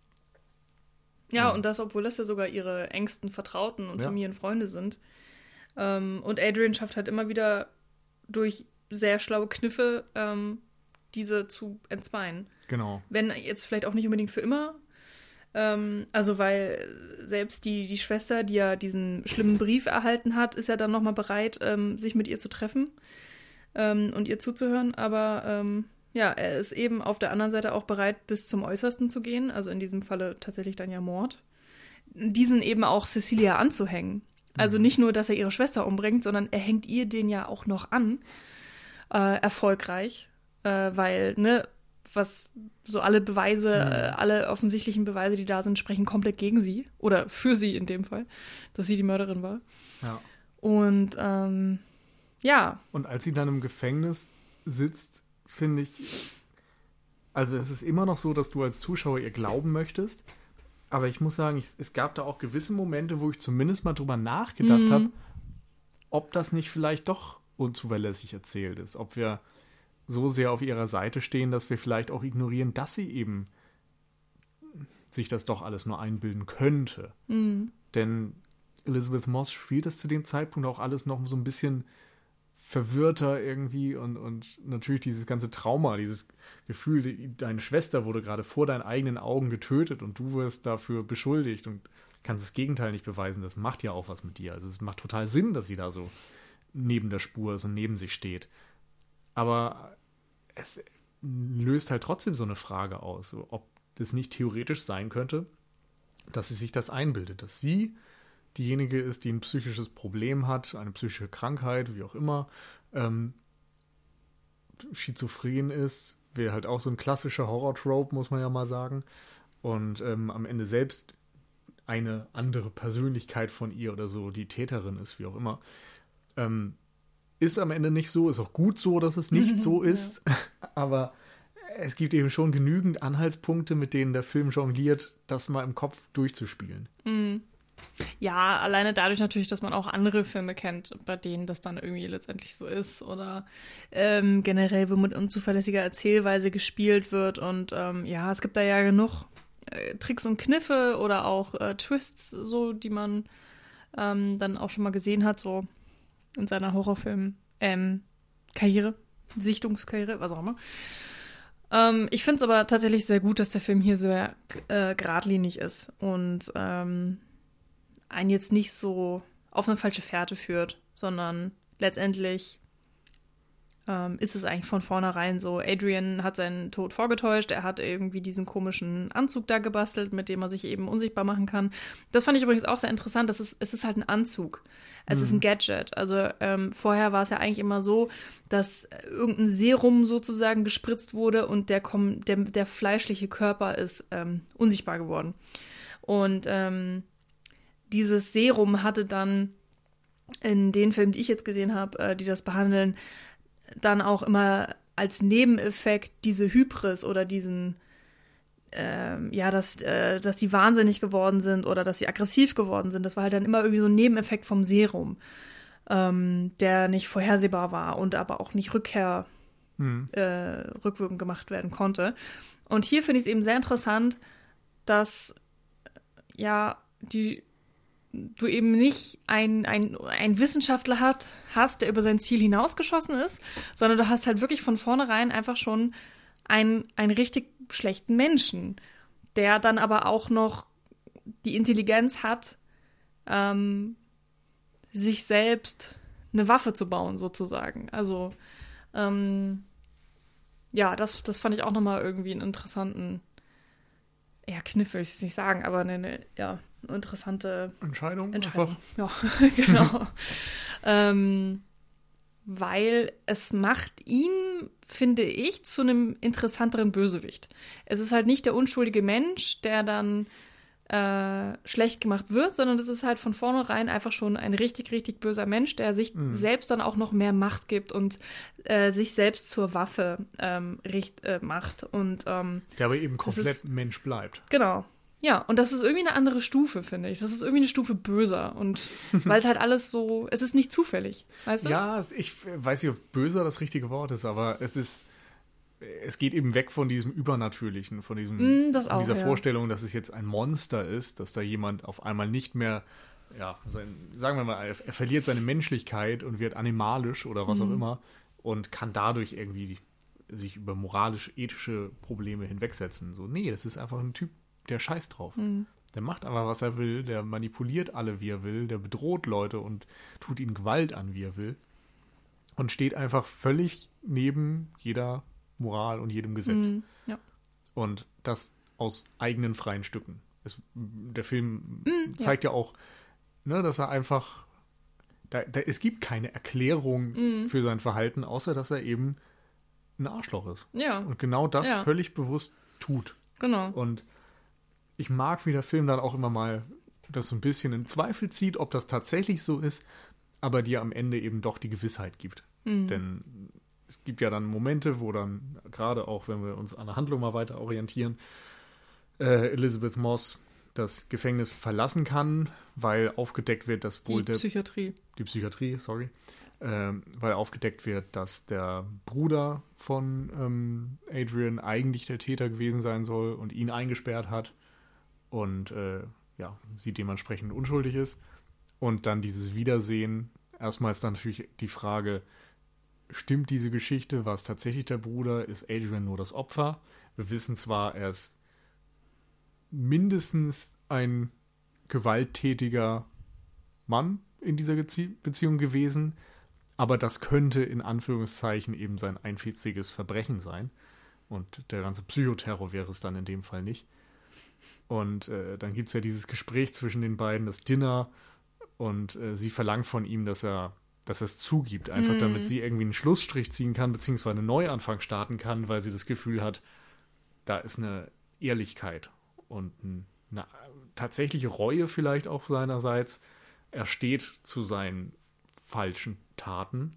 Ja, und das, obwohl das ja sogar ihre engsten Vertrauten und Ja. Familienfreunde sind. Ähm, und Adrian schafft halt immer wieder durch sehr schlaue Kniffe, ähm, diese zu entzweien. Genau. Wenn jetzt vielleicht auch nicht unbedingt für immer. Ähm, also weil selbst die, die Schwester, die ja diesen schlimmen Brief erhalten hat, ist ja dann nochmal bereit, ähm, sich mit ihr zu treffen ähm, und ihr zuzuhören. Aber ähm, ja, er ist eben auf der anderen Seite auch bereit, bis zum Äußersten zu gehen. Also in diesem Falle tatsächlich dann ja Mord. Diesen eben auch Cecilia anzuhängen. Also nicht nur, dass er ihre Schwester umbringt, sondern er hängt ihr den ja auch noch an. Äh, erfolgreich. Äh, weil, ne, was so alle Beweise, Mhm. äh, alle offensichtlichen Beweise, die da sind, sprechen komplett gegen sie. Oder für sie in dem Fall, dass sie die Mörderin war. Ja. Und ähm, ja. Und als sie dann im Gefängnis sitzt, finde ich, also es ist immer noch so, dass du als Zuschauer ihr glauben möchtest, aber ich muss sagen, ich, es gab da auch gewisse Momente, wo ich zumindest mal drüber nachgedacht Mhm. habe, ob das nicht vielleicht doch unzuverlässig erzählt ist, ob wir so sehr auf ihrer Seite stehen, dass wir vielleicht auch ignorieren, dass sie eben sich das doch alles nur einbilden könnte. Mhm. Denn Elizabeth Moss spielt das zu dem Zeitpunkt auch alles noch so ein bisschen verwirrter irgendwie und, und natürlich dieses ganze Trauma, dieses Gefühl, die, deine Schwester wurde gerade vor deinen eigenen Augen getötet und du wirst dafür beschuldigt und kannst das Gegenteil nicht beweisen. Das macht ja auch was mit dir. Also es macht total Sinn, dass sie da so neben der Spur ist und neben sich steht. Aber es löst halt trotzdem so eine Frage aus, so, ob das nicht theoretisch sein könnte, dass sie sich das einbildet, dass sie diejenige ist, die ein psychisches Problem hat, eine psychische Krankheit, wie auch immer, ähm, schizophren ist wäre halt auch so ein klassischer Horror-Trope, muss man ja mal sagen. Und ähm, am Ende selbst eine andere Persönlichkeit von ihr oder so, die Täterin ist, wie auch immer. Ähm, ist am Ende nicht so, ist auch gut so, dass es nicht so ist. Ja. Aber es gibt eben schon genügend Anhaltspunkte, mit denen der Film jongliert, das mal im Kopf durchzuspielen. Mhm. Ja, alleine dadurch natürlich, dass man auch andere Filme kennt, bei denen das dann irgendwie letztendlich so ist. Oder ähm, generell, wo mit unzuverlässiger Erzählweise gespielt wird. Und ähm, ja, es gibt da ja genug äh, Tricks und Kniffe oder auch äh, Twists, so, die man ähm, dann auch schon mal gesehen hat, so in seiner Horrorfilm-Karriere, ähm, Sichtungskarriere, was auch immer. Ähm, ich finde es aber tatsächlich sehr gut, dass der Film hier sehr äh, geradlinig ist und ähm, einen jetzt nicht so auf eine falsche Fährte führt, sondern letztendlich ähm, ist es eigentlich von vornherein so, Adrian hat seinen Tod vorgetäuscht, er hat irgendwie diesen komischen Anzug da gebastelt, mit dem er sich eben unsichtbar machen kann. Das fand ich übrigens auch sehr interessant, das ist, es ist halt ein Anzug. Es mhm. ist ein Gadget. Also ähm, vorher war es ja eigentlich immer so, dass irgendein Serum sozusagen gespritzt wurde und der, der, der fleischliche Körper ist ähm, unsichtbar geworden. Und ähm, dieses Serum hatte dann in den Filmen, die ich jetzt gesehen habe, äh, die das behandeln, dann auch immer als Nebeneffekt diese Hybris oder diesen, ähm, ja, dass, äh, dass die wahnsinnig geworden sind oder dass sie aggressiv geworden sind. Das war halt dann immer irgendwie so ein Nebeneffekt vom Serum, ähm, der nicht vorhersehbar war und aber auch nicht Rückkehr, hm. äh, rückwirkend gemacht werden konnte. Und hier finde ich es eben sehr interessant, dass ja die du eben nicht einen ein Wissenschaftler hat, hast, der über sein Ziel hinausgeschossen ist, sondern du hast halt wirklich von vornherein einfach schon einen, einen richtig schlechten Menschen, der dann aber auch noch die Intelligenz hat, ähm, sich selbst eine Waffe zu bauen, sozusagen. Also, ähm, ja, das, das fand ich auch nochmal irgendwie einen interessanten, ja, Kniff will ich jetzt nicht sagen, aber eine, eine ja, eine interessante Entscheidung. Entscheidung. Einfach. Ja, genau. ähm, weil es macht ihn, finde ich, zu einem interessanteren Bösewicht. Es ist halt nicht der unschuldige Mensch, der dann äh, schlecht gemacht wird, sondern es ist halt von vornherein einfach schon ein richtig, richtig böser Mensch, der sich mhm. selbst dann auch noch mehr Macht gibt und äh, sich selbst zur Waffe ähm, richt, äh, macht. Und, ähm, der aber eben komplett ist, Mensch bleibt. Genau. Ja, und das ist irgendwie eine andere Stufe, finde ich. Das ist irgendwie eine Stufe böser. Und weil es halt alles so, es ist nicht zufällig, weißt du? Ja, ich weiß nicht, ob böser das richtige Wort ist, aber es ist, es geht eben weg von diesem Übernatürlichen, von diesem, mm, das auch, dieser ja. Vorstellung, dass es jetzt ein Monster ist, dass da jemand auf einmal nicht mehr, ja, sein, sagen wir mal, er verliert seine Menschlichkeit und wird animalisch oder was mm. auch immer und kann dadurch irgendwie sich über moralisch-ethische Probleme hinwegsetzen. So, nee, das ist einfach ein Typ, der scheißt drauf. Mhm. Der macht aber, was er will, der manipuliert alle, wie er will, der bedroht Leute und tut ihnen Gewalt an, wie er will. Und steht einfach völlig neben jeder Moral und jedem Gesetz. Mhm. Ja. Und das aus eigenen freien Stücken. Es, der Film mhm, zeigt ja, ja auch, ne, dass er einfach, da, da, es gibt keine Erklärung mhm. für sein Verhalten, außer dass er eben ein Arschloch ist. Ja. Und genau das ja. völlig bewusst tut. Genau. Und ich mag, wie der Film dann auch immer mal das so ein bisschen in Zweifel zieht, ob das tatsächlich so ist, aber dir am Ende eben doch die Gewissheit gibt. Mhm. Denn es gibt ja dann Momente, wo dann, gerade auch wenn wir uns an der Handlung mal weiter orientieren, äh, Elizabeth Moss das Gefängnis verlassen kann, weil aufgedeckt wird, dass wohl die der... Psychiatrie. Die Psychiatrie, sorry. Ähm, weil aufgedeckt wird, dass der Bruder von ähm, Adrian eigentlich der Täter gewesen sein soll und ihn eingesperrt hat. Und äh, ja, sie dementsprechend unschuldig ist. Und dann dieses Wiedersehen, erstmal ist dann natürlich die Frage, stimmt diese Geschichte, war es tatsächlich der Bruder, ist Adrian nur das Opfer? Wir wissen zwar, er ist mindestens ein gewalttätiger Mann in dieser Gezi- Beziehung gewesen, aber das könnte in Anführungszeichen eben sein einziges Verbrechen sein. Und der ganze Psychoterror wäre es dann in dem Fall nicht. Und äh, dann gibt es ja dieses Gespräch zwischen den beiden, das Dinner, und äh, sie verlangt von ihm, dass er dass er es zugibt, einfach mm. damit sie irgendwie einen Schlussstrich ziehen kann, beziehungsweise einen Neuanfang starten kann, weil sie das Gefühl hat, da ist eine Ehrlichkeit und eine tatsächliche Reue vielleicht auch seinerseits. Er steht zu seinen falschen Taten.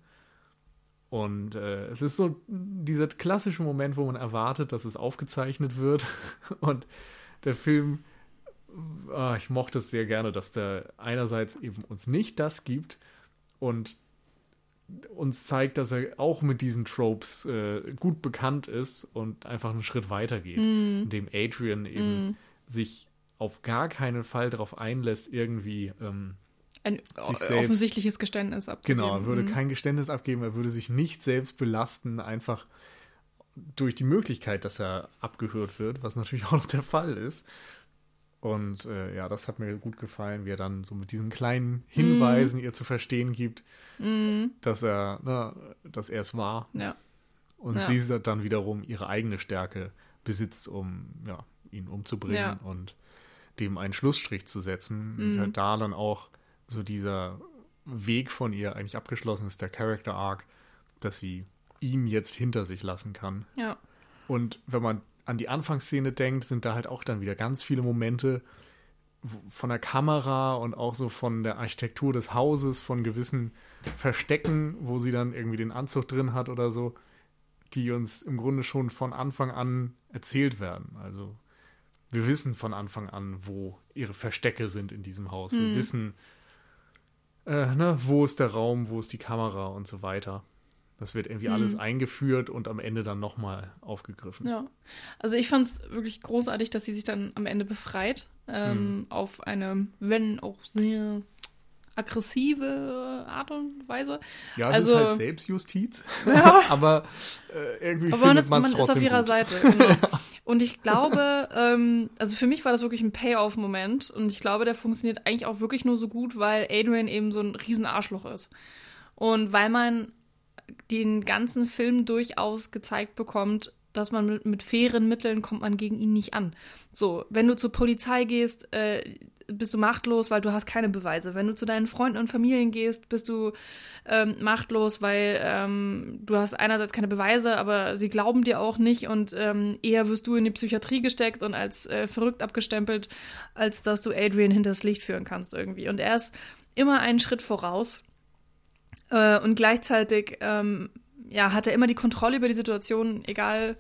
Und äh, es ist so dieser klassische Moment, wo man erwartet, dass es aufgezeichnet wird. Und der Film, äh, ich mochte es sehr gerne, dass der einerseits eben uns nicht das gibt und uns zeigt, dass er auch mit diesen Tropes äh, gut bekannt ist und einfach einen Schritt weiter geht, mm. indem Adrian eben mm. sich auf gar keinen Fall darauf einlässt, irgendwie ähm, ein sich selbst, offensichtliches Geständnis abzugeben. Genau, er würde mm. kein Geständnis abgeben, er würde sich nicht selbst belasten, einfach durch die Möglichkeit, dass er abgehört wird, was natürlich auch noch der Fall ist. Und äh, ja, das hat mir gut gefallen, wie er dann so mit diesen kleinen Hinweisen mm. ihr zu verstehen gibt, mm. dass er, ne, dass er es war. Ja. Und ja. sie dann wiederum ihre eigene Stärke besitzt, um ja, ihn umzubringen ja. und dem einen Schlussstrich zu setzen. Mm. Und halt da dann auch so dieser Weg von ihr eigentlich abgeschlossen ist, der Character Arc, dass sie ihn jetzt hinter sich lassen kann. Ja. Und wenn man an die Anfangsszene denkt, sind da halt auch dann wieder ganz viele Momente von der Kamera und auch so von der Architektur des Hauses, von gewissen Verstecken, wo sie dann irgendwie den Anzug drin hat oder so, die uns im Grunde schon von Anfang an erzählt werden. Also wir wissen von Anfang an, wo ihre Verstecke sind in diesem Haus. Wir mhm. wissen, äh, ne, wo ist der Raum, wo ist die Kamera und so weiter. Das wird irgendwie mhm. alles eingeführt und am Ende dann nochmal aufgegriffen. Ja, also ich fand es wirklich großartig, dass sie sich dann am Ende befreit. Ähm, mhm. Auf eine, wenn auch sehr aggressive Art und Weise. Ja, es also, ist halt Selbstjustiz, ja. aber äh, irgendwie aber findet man es trotzdem man ist auf ihrer gut. Seite, genau. Und ich glaube, ähm, also für mich war das wirklich ein Payoff-Moment und ich glaube, der funktioniert eigentlich auch wirklich nur so gut, weil Adrian eben so ein riesen Arschloch ist. Und weil man den ganzen Film durchaus gezeigt bekommt, dass man mit, mit fairen Mitteln kommt man gegen ihn nicht an. So, wenn du zur Polizei gehst, äh, bist du machtlos, weil du hast keine Beweise. Wenn du zu deinen Freunden und Familien gehst, bist du ähm, machtlos, weil ähm, du hast einerseits keine Beweise, aber sie glauben dir auch nicht und ähm, eher wirst du in die Psychiatrie gesteckt und als äh, verrückt abgestempelt, als dass du Adrian hinters Licht führen kannst irgendwie. Und er ist immer einen Schritt voraus. Äh, und gleichzeitig ähm, ja, hat er immer die Kontrolle über die Situation, egal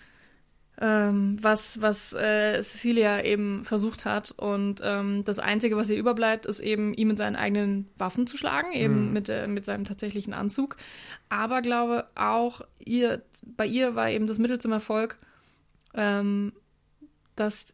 ähm, was, was äh, Cecilia eben versucht hat. Und ähm, das Einzige, was ihr überbleibt, ist eben, ihm mit seinen eigenen Waffen zu schlagen, eben mhm. mit, äh, mit seinem tatsächlichen Anzug. Aber glaube auch, ihr, bei ihr war eben das Mittel zum Erfolg, ähm, dass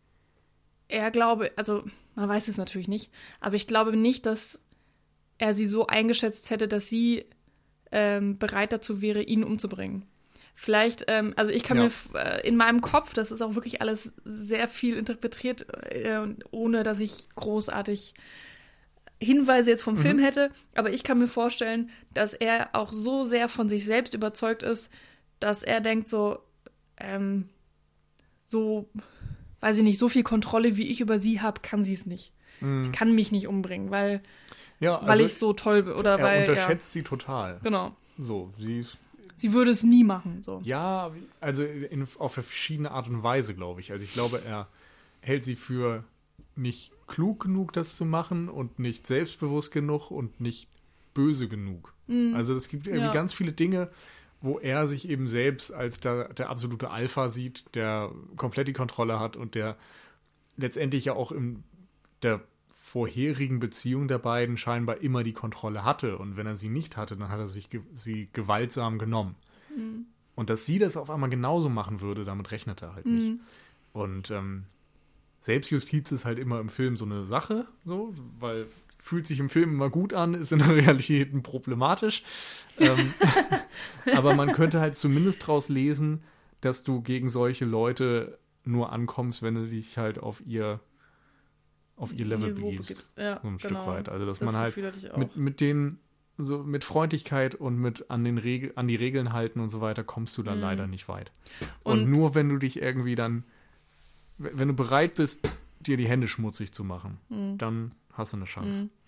er glaube, also man weiß es natürlich nicht, aber ich glaube nicht, dass er sie so eingeschätzt hätte, dass sie ähm, bereit dazu wäre, ihn umzubringen. Vielleicht, ähm, also ich kann ja. mir äh, in meinem Kopf, das ist auch wirklich alles sehr viel interpretiert, äh, ohne dass ich großartig Hinweise jetzt vom mhm. Film hätte, aber ich kann mir vorstellen, dass er auch so sehr von sich selbst überzeugt ist, dass er denkt so, ähm, so, weiß ich nicht, so viel Kontrolle, wie ich über sie habe, kann sie es nicht. Mhm. Ich kann mich nicht umbringen, weil Ja, also weil ich so toll bin. Oder er weil, unterschätzt ja. sie total. Genau. So, sie ist... Sie würde es nie machen. So. Ja, also in, auf eine verschiedene Art und Weise, glaube ich. Also ich glaube, er hält sie für nicht klug genug, das zu machen und nicht selbstbewusst genug und nicht böse genug. Mhm. Also es gibt irgendwie ja. ganz viele Dinge, wo er sich eben selbst als der, der absolute Alpha sieht, der komplett die Kontrolle hat und der letztendlich ja auch in der vorherigen Beziehung der beiden scheinbar immer die Kontrolle hatte. Und wenn er sie nicht hatte, dann hat er sich ge- sie gewaltsam genommen. Mhm. Und dass sie das auf einmal genauso machen würde, damit rechnet er halt mhm. nicht. Und ähm, Selbstjustiz ist halt immer im Film so eine Sache, so, weil fühlt sich im Film immer gut an, ist in der Realität problematisch. ähm, aber man könnte halt zumindest daraus lesen, dass du gegen solche Leute nur ankommst, wenn du dich halt auf ihr auf ihr Level Niveau begibst, begibst. Ja, so ein genau. Stück weit. Also dass das man halt mit, mit denen so mit Freundlichkeit und mit an den Regel, an die Regeln halten und so weiter kommst du dann mhm. leider nicht weit. Und, und nur wenn du dich irgendwie dann, wenn du bereit bist, dir die Hände schmutzig zu machen, mhm. dann hast du eine Chance. Mhm.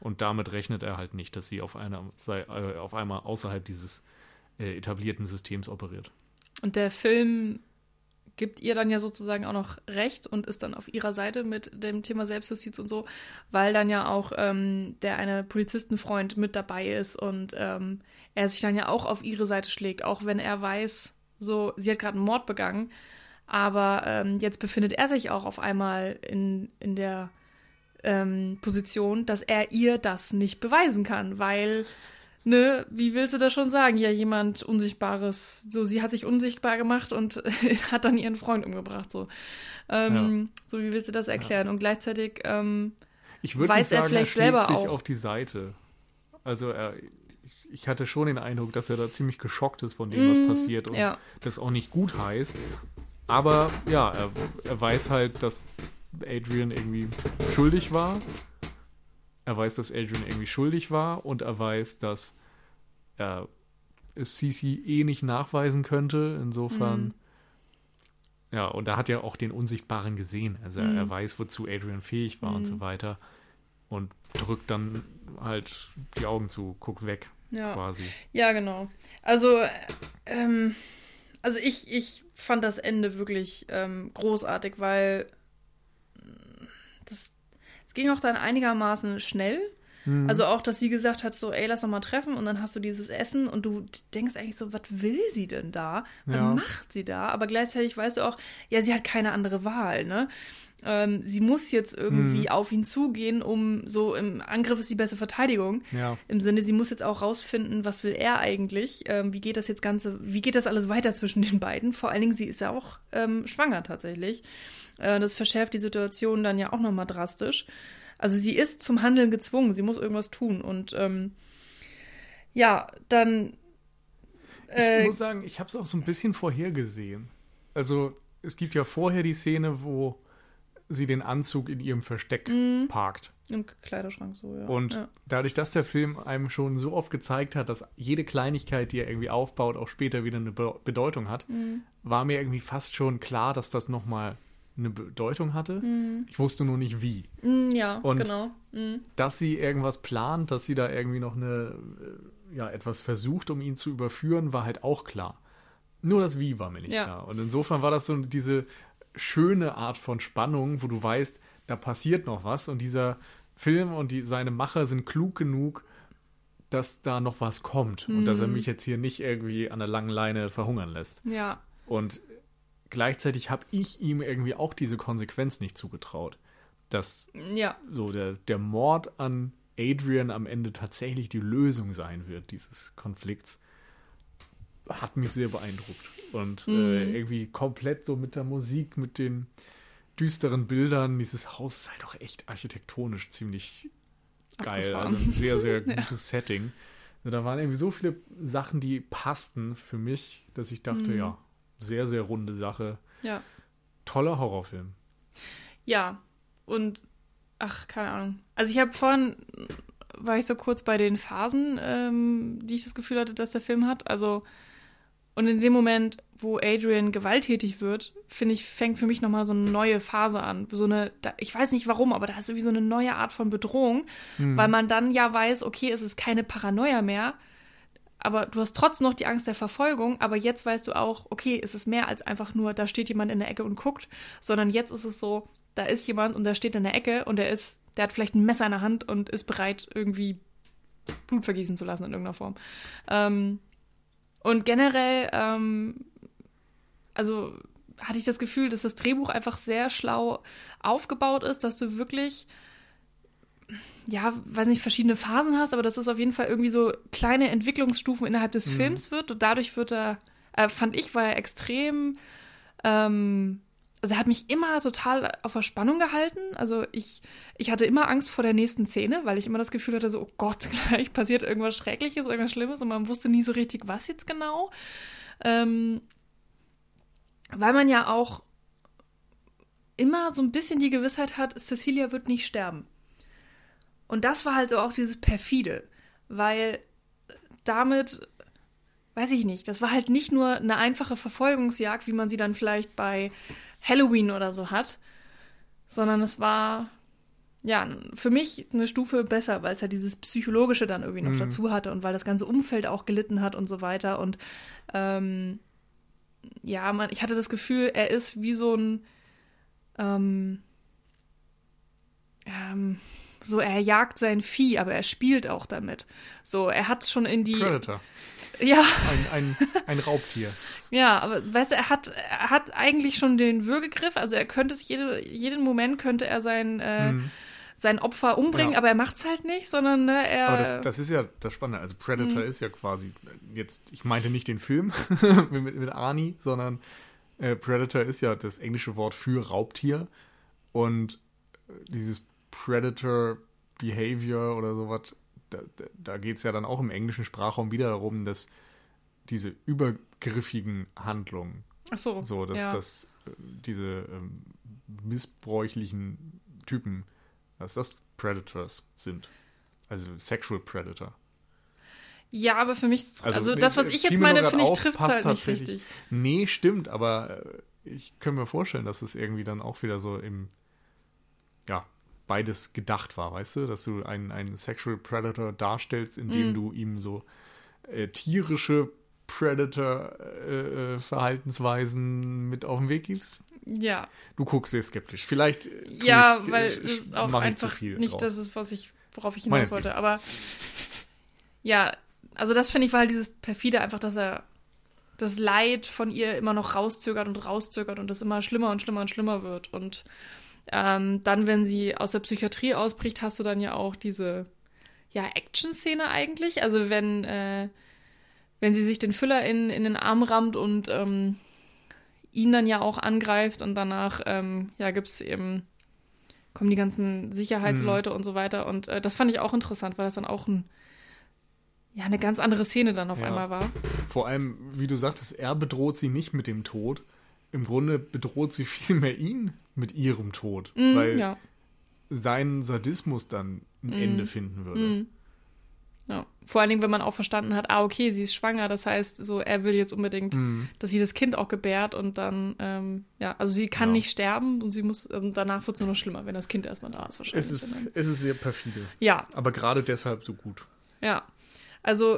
Und damit rechnet er halt nicht, dass sie auf, einer, sei, äh, auf einmal außerhalb dieses äh, etablierten Systems operiert. Und der Film gibt ihr dann ja sozusagen auch noch recht und ist dann auf ihrer Seite mit dem Thema Selbstjustiz und so, weil dann ja auch ähm, der eine Polizistenfreund mit dabei ist und ähm, er sich dann ja auch auf ihre Seite schlägt, auch wenn er weiß, so, sie hat gerade einen Mord begangen, aber ähm, jetzt befindet er sich auch auf einmal in, in der ähm, Position, dass er ihr das nicht beweisen kann, weil, ne, wie willst du das schon sagen? Ja, jemand Unsichtbares, so, sie hat sich unsichtbar gemacht und hat dann ihren Freund umgebracht, so. Ähm, ja. So, wie willst du das erklären? Ja. Und gleichzeitig ähm, ich weiß nicht sagen, er vielleicht er selber sich auch auf die Seite. Also er, ich hatte schon den Eindruck, dass er da ziemlich geschockt ist von dem, was mm, passiert und ja. das auch nicht gut heißt. Aber ja, er, er weiß halt, dass Adrian irgendwie schuldig war. Er weiß, dass Adrian irgendwie schuldig war und er weiß, dass er es Cici eh nicht nachweisen könnte. Insofern, mhm. ja, und er hat ja auch den Unsichtbaren gesehen. Also mhm. er weiß, wozu Adrian fähig war mhm. und so weiter. Und drückt dann halt die Augen zu, guckt weg, ja. quasi. Ja, genau. Also, ähm, also ich, ich fand das Ende wirklich ähm, großartig, weil das Es ging auch dann einigermaßen schnell. Mhm. Also auch, dass sie gesagt hat, so, ey, lass doch mal treffen. Und dann hast du dieses Essen und du denkst eigentlich so, was will sie denn da? Was ja. macht sie da? Aber gleichzeitig weißt du auch, ja, sie hat keine andere Wahl, ne? Ähm, sie muss jetzt irgendwie mhm. auf ihn zugehen, um so, im Angriff ist die beste Verteidigung. Ja. Im Sinne, sie muss jetzt auch rausfinden, was will er eigentlich? Ähm, wie geht das jetzt Ganze, wie geht das alles weiter zwischen den beiden? Vor allen Dingen, sie ist ja auch ähm, schwanger tatsächlich. Äh, das verschärft die Situation dann ja auch nochmal drastisch. Also sie ist zum Handeln gezwungen, sie muss irgendwas tun. Und ähm, ja, dann äh, ich muss sagen, ich habe es auch so ein bisschen vorhergesehen. Also es gibt ja vorher die Szene, wo sie den Anzug in ihrem Versteck mm. parkt. Im Kleiderschrank so, ja. Und ja. dadurch, dass der Film einem schon so oft gezeigt hat, dass jede Kleinigkeit, die er irgendwie aufbaut, auch später wieder eine Be- Bedeutung hat, mm. war mir irgendwie fast schon klar, dass das nochmal eine Bedeutung hatte. Mm. Ich wusste nur nicht, wie. Mm, ja, und genau. Mm. dass sie irgendwas plant, dass sie da irgendwie noch eine, ja, etwas versucht, um ihn zu überführen, war halt auch klar. Nur das Wie war mir nicht ja. klar. Und insofern war das so diese schöne Art von Spannung, wo du weißt, da passiert noch was und dieser Film und die, seine Macher sind klug genug, dass da noch was kommt mm. und dass er mich jetzt hier nicht irgendwie an der langen Leine verhungern lässt. Ja. Und gleichzeitig habe ich ihm irgendwie auch diese Konsequenz nicht zugetraut, dass ja. so der, der Mord an Adrian am Ende tatsächlich die Lösung sein wird, dieses Konflikts. Hat mich sehr beeindruckt. Und mhm. äh, irgendwie komplett so mit der Musik, mit den düsteren Bildern. Dieses Haus ist halt auch echt architektonisch ziemlich geil. Abgefahren. Also ein sehr, sehr gutes ja. Setting. Also da waren irgendwie so viele Sachen, die passten für mich, dass ich dachte, mhm. ja, sehr, sehr runde Sache. Ja. Toller Horrorfilm. Ja. Und, ach, keine Ahnung. Also ich habe vorhin, war ich so kurz bei den Phasen, ähm, die ich das Gefühl hatte, dass der Film hat. Also und in dem Moment, wo Adrian gewalttätig wird, finde ich, fängt für mich nochmal so eine neue Phase an. So eine, da, ich weiß nicht warum, aber da ist irgendwie so eine neue Art von Bedrohung, mhm. weil man dann ja weiß, okay, es ist keine Paranoia mehr, aber du hast trotzdem noch die Angst der Verfolgung, aber jetzt weißt du auch, okay, es ist mehr als einfach nur, da steht jemand in der Ecke und guckt, sondern jetzt ist es so, da ist jemand und der steht in der Ecke und der ist, der hat vielleicht ein Messer in der Hand und ist bereit, irgendwie Blut vergießen zu lassen in irgendeiner Form. Ähm, Und generell, ähm, also hatte ich das Gefühl, dass das Drehbuch einfach sehr schlau aufgebaut ist, dass du wirklich, ja, weiß nicht, verschiedene Phasen hast, aber dass es auf jeden Fall irgendwie so kleine Entwicklungsstufen innerhalb des mhm. Films wird. Und dadurch wird er, äh, fand ich, war er extrem, ähm, also er hat mich immer total auf der Spannung gehalten. Also ich, ich hatte immer Angst vor der nächsten Szene, weil ich immer das Gefühl hatte, so, oh Gott, gleich passiert irgendwas Schreckliches, irgendwas Schlimmes und man wusste nie so richtig, was jetzt genau. Ähm, weil man ja auch immer so ein bisschen die Gewissheit hat, Cecilia wird nicht sterben. Und das war halt so auch dieses Perfide, weil damit, weiß ich nicht, das war halt nicht nur eine einfache Verfolgungsjagd, wie man sie dann vielleicht bei Halloween oder so hat, sondern es war, ja, für mich eine Stufe besser, weil es ja dieses Psychologische dann irgendwie noch Mhm. dazu hatte und weil das ganze Umfeld auch gelitten hat und so weiter. Und ähm, ja, man, ich hatte das Gefühl, er ist wie so ein ähm, ähm, so, er jagt sein Vieh, aber er spielt auch damit. So, er hat schon in die... Predator. Ja, Ein, ein, ein Raubtier. ja, aber weißt du, er hat, er hat eigentlich schon den Würgegriff, also er könnte sich jede, jeden Moment könnte er sein, äh, Mhm. sein Opfer umbringen, Ja. aber er macht's halt nicht, sondern ne, er... Aber das, das ist ja das Spannende. Also Predator Mhm. ist ja quasi jetzt, ich meinte nicht den Film mit, mit Arnie, sondern äh, Predator ist ja das englische Wort für Raubtier. Und äh, dieses Predator Behavior oder sowas, da, da, da geht es ja dann auch im englischen Sprachraum wieder darum, dass diese übergriffigen Handlungen, Ach so, so dass, ja. dass äh, diese ähm, missbräuchlichen Typen, dass das Predators sind. Also Sexual Predator. Ja, aber für mich, also, Also, das, was äh, ich fiel jetzt mir nur meine, grad finde ich, auf, trifft passt halt nicht tatsächlich. richtig. Nee, stimmt, aber äh, ich kann mir vorstellen, dass es irgendwie dann auch wieder so im, ja, beides gedacht war, weißt du? Dass du einen, einen Sexual Predator darstellst, indem Mhm. du ihm so äh, tierische Predator-Verhaltensweisen mit auf den Weg gibst. Ja, Du guckst sehr skeptisch. Vielleicht äh, tu ja, ich, weil äh, es auch mache ich zu einfach viel nicht draus. das ist, was ich, worauf ich hinaus Meinetwegen. wollte. Aber ja, also das finde ich war halt dieses perfide, einfach, dass er das Leid von ihr immer noch rauszögert und rauszögert und es immer schlimmer und schlimmer und schlimmer wird. Und ähm, dann, wenn sie aus der Psychiatrie ausbricht, hast du dann ja auch diese ja, Action-Szene eigentlich. Also wenn, äh, wenn sie sich den Füller in, in den Arm rammt und ähm, ihn dann ja auch angreift und danach ähm, ja, gibt's eben, kommen die ganzen Sicherheitsleute und so weiter. Und äh, das fand ich auch interessant, weil das dann auch ein, ja, eine ganz andere Szene dann auf Ja. einmal war. Vor allem, wie du sagtest, er bedroht sie nicht mit dem Tod. Im Grunde bedroht sie vielmehr ihn mit ihrem Tod, Mm, weil ja. sein Sadismus dann ein Mm. Ende finden würde. Mm. Ja. Vor allen Dingen, wenn man auch verstanden hat, ah, okay, sie ist schwanger, das heißt, so, er will jetzt unbedingt, Mm. dass sie das Kind auch gebärt und dann, ähm, ja, also sie kann Ja. nicht sterben und sie muss, und danach wird es nur noch schlimmer, wenn das Kind erstmal da ist, wahrscheinlich. Es ist, es ist sehr perfide. Ja, Aber gerade deshalb so gut. ja. Also,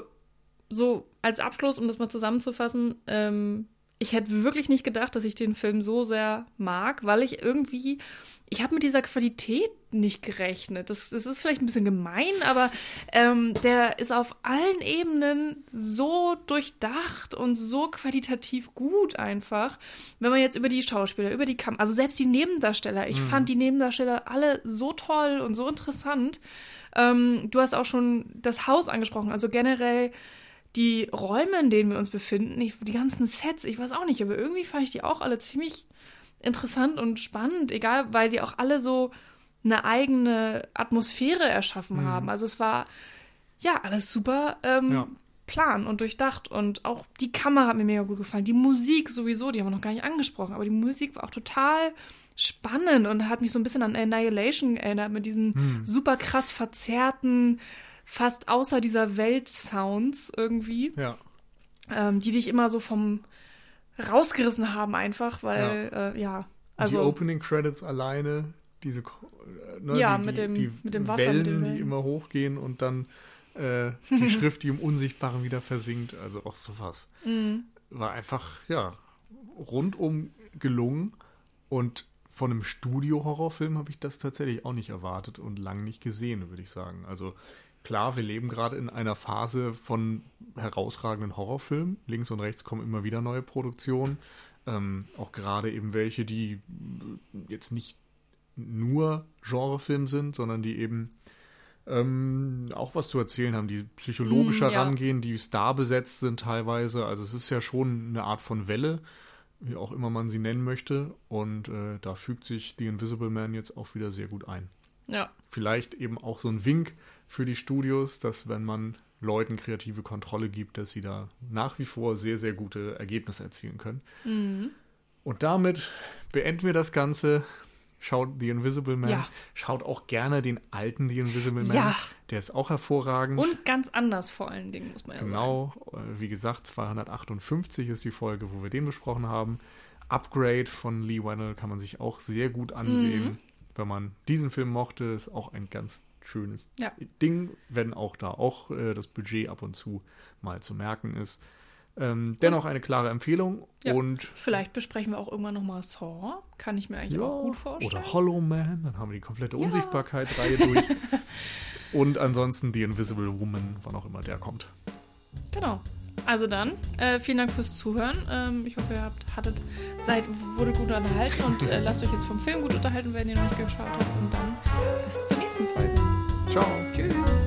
so als Abschluss, um das mal zusammenzufassen, ähm, ich hätte wirklich nicht gedacht, dass ich den Film so sehr mag, weil ich irgendwie, ich habe mit dieser Qualität nicht gerechnet. Das, das ist vielleicht ein bisschen gemein, aber ähm, der ist auf allen Ebenen so durchdacht und so qualitativ gut einfach. Wenn man jetzt über die Schauspieler, über die Kam also selbst die Nebendarsteller, ich Mhm. fand die Nebendarsteller alle so toll und so interessant. Ähm, du hast auch schon das Haus angesprochen, also generell die Räume, in denen wir uns befinden, ich, die ganzen Sets, ich weiß auch nicht, aber irgendwie fand ich die auch alle ziemlich interessant und spannend, egal, weil die auch alle so eine eigene Atmosphäre erschaffen Mhm. haben. Also es war, ja, alles super ähm, Ja. plan und durchdacht und auch die Kamera hat mir mega gut gefallen. Die Musik sowieso, die haben wir noch gar nicht angesprochen, aber die Musik war auch total spannend und hat mich so ein bisschen an Annihilation erinnert, mit diesen Hm. super krass verzerrten, fast außer dieser Welt Sounds irgendwie, Ja. ähm, die dich immer so vom rausgerissen haben einfach, weil, ja, äh, ja die also Opening Credits alleine, diese äh, ne, Ja, die, mit die, dem- die mit dem Wasser, Wellen, mit den die Wellen. immer hochgehen und dann äh, die Schrift, die im Unsichtbaren wieder versinkt. Also auch sowas. mhm. War einfach, ja, rundum gelungen. Und von einem Studio-Horrorfilm habe ich das tatsächlich auch nicht erwartet und lang nicht gesehen, würde ich sagen. Also klar, wir leben gerade in einer Phase von herausragenden Horrorfilmen. Links und rechts kommen immer wieder neue Produktionen. Ähm, auch gerade eben welche, die jetzt nicht nur Genrefilm sind, sondern die eben ähm, auch was zu erzählen haben, die psychologischer Mm, ja. rangehen, die starbesetzt sind teilweise. Also es ist ja schon eine Art von Welle, wie auch immer man sie nennen möchte. Und äh, da fügt sich The Invisible Man jetzt auch wieder sehr gut ein. ja, Vielleicht eben auch so ein Wink für die Studios, dass wenn man Leuten kreative Kontrolle gibt, dass sie da nach wie vor sehr, sehr gute Ergebnisse erzielen können. mhm. Und damit beenden wir das Ganze. Schaut The Invisible Man. Ja. Schaut auch gerne den alten The Invisible Man. Ja. Der ist auch hervorragend. Und ganz anders vor allen Dingen, muss man ja sagen. Genau, äh, wie gesagt, zweihundertachtundfünfzig ist die Folge, wo wir den besprochen haben. Upgrade von Lee Whannell kann man sich auch sehr gut ansehen. wenn man diesen Film mochte, ist auch ein ganz schönes Ja. Ding, wenn auch da auch äh, das Budget ab und zu mal zu merken ist. Ähm, dennoch eine klare Empfehlung. Ja. Und Vielleicht besprechen wir auch irgendwann nochmal Saw. Kann ich mir eigentlich ja, auch gut vorstellen. oder Hollow Man, dann haben wir die komplette Ja. Unsichtbarkeit-Reihe durch. Und ansonsten The Invisible Woman, wann auch immer der kommt. Genau. Also dann, äh, vielen Dank fürs Zuhören. Ähm, ich hoffe, ihr habt, hattet, seid, wurde gut unterhalten und äh, lasst euch jetzt vom Film gut unterhalten, wenn ihr noch nicht geschaut habt. Und dann bis zur nächsten Folge. Ciao. Tschüss.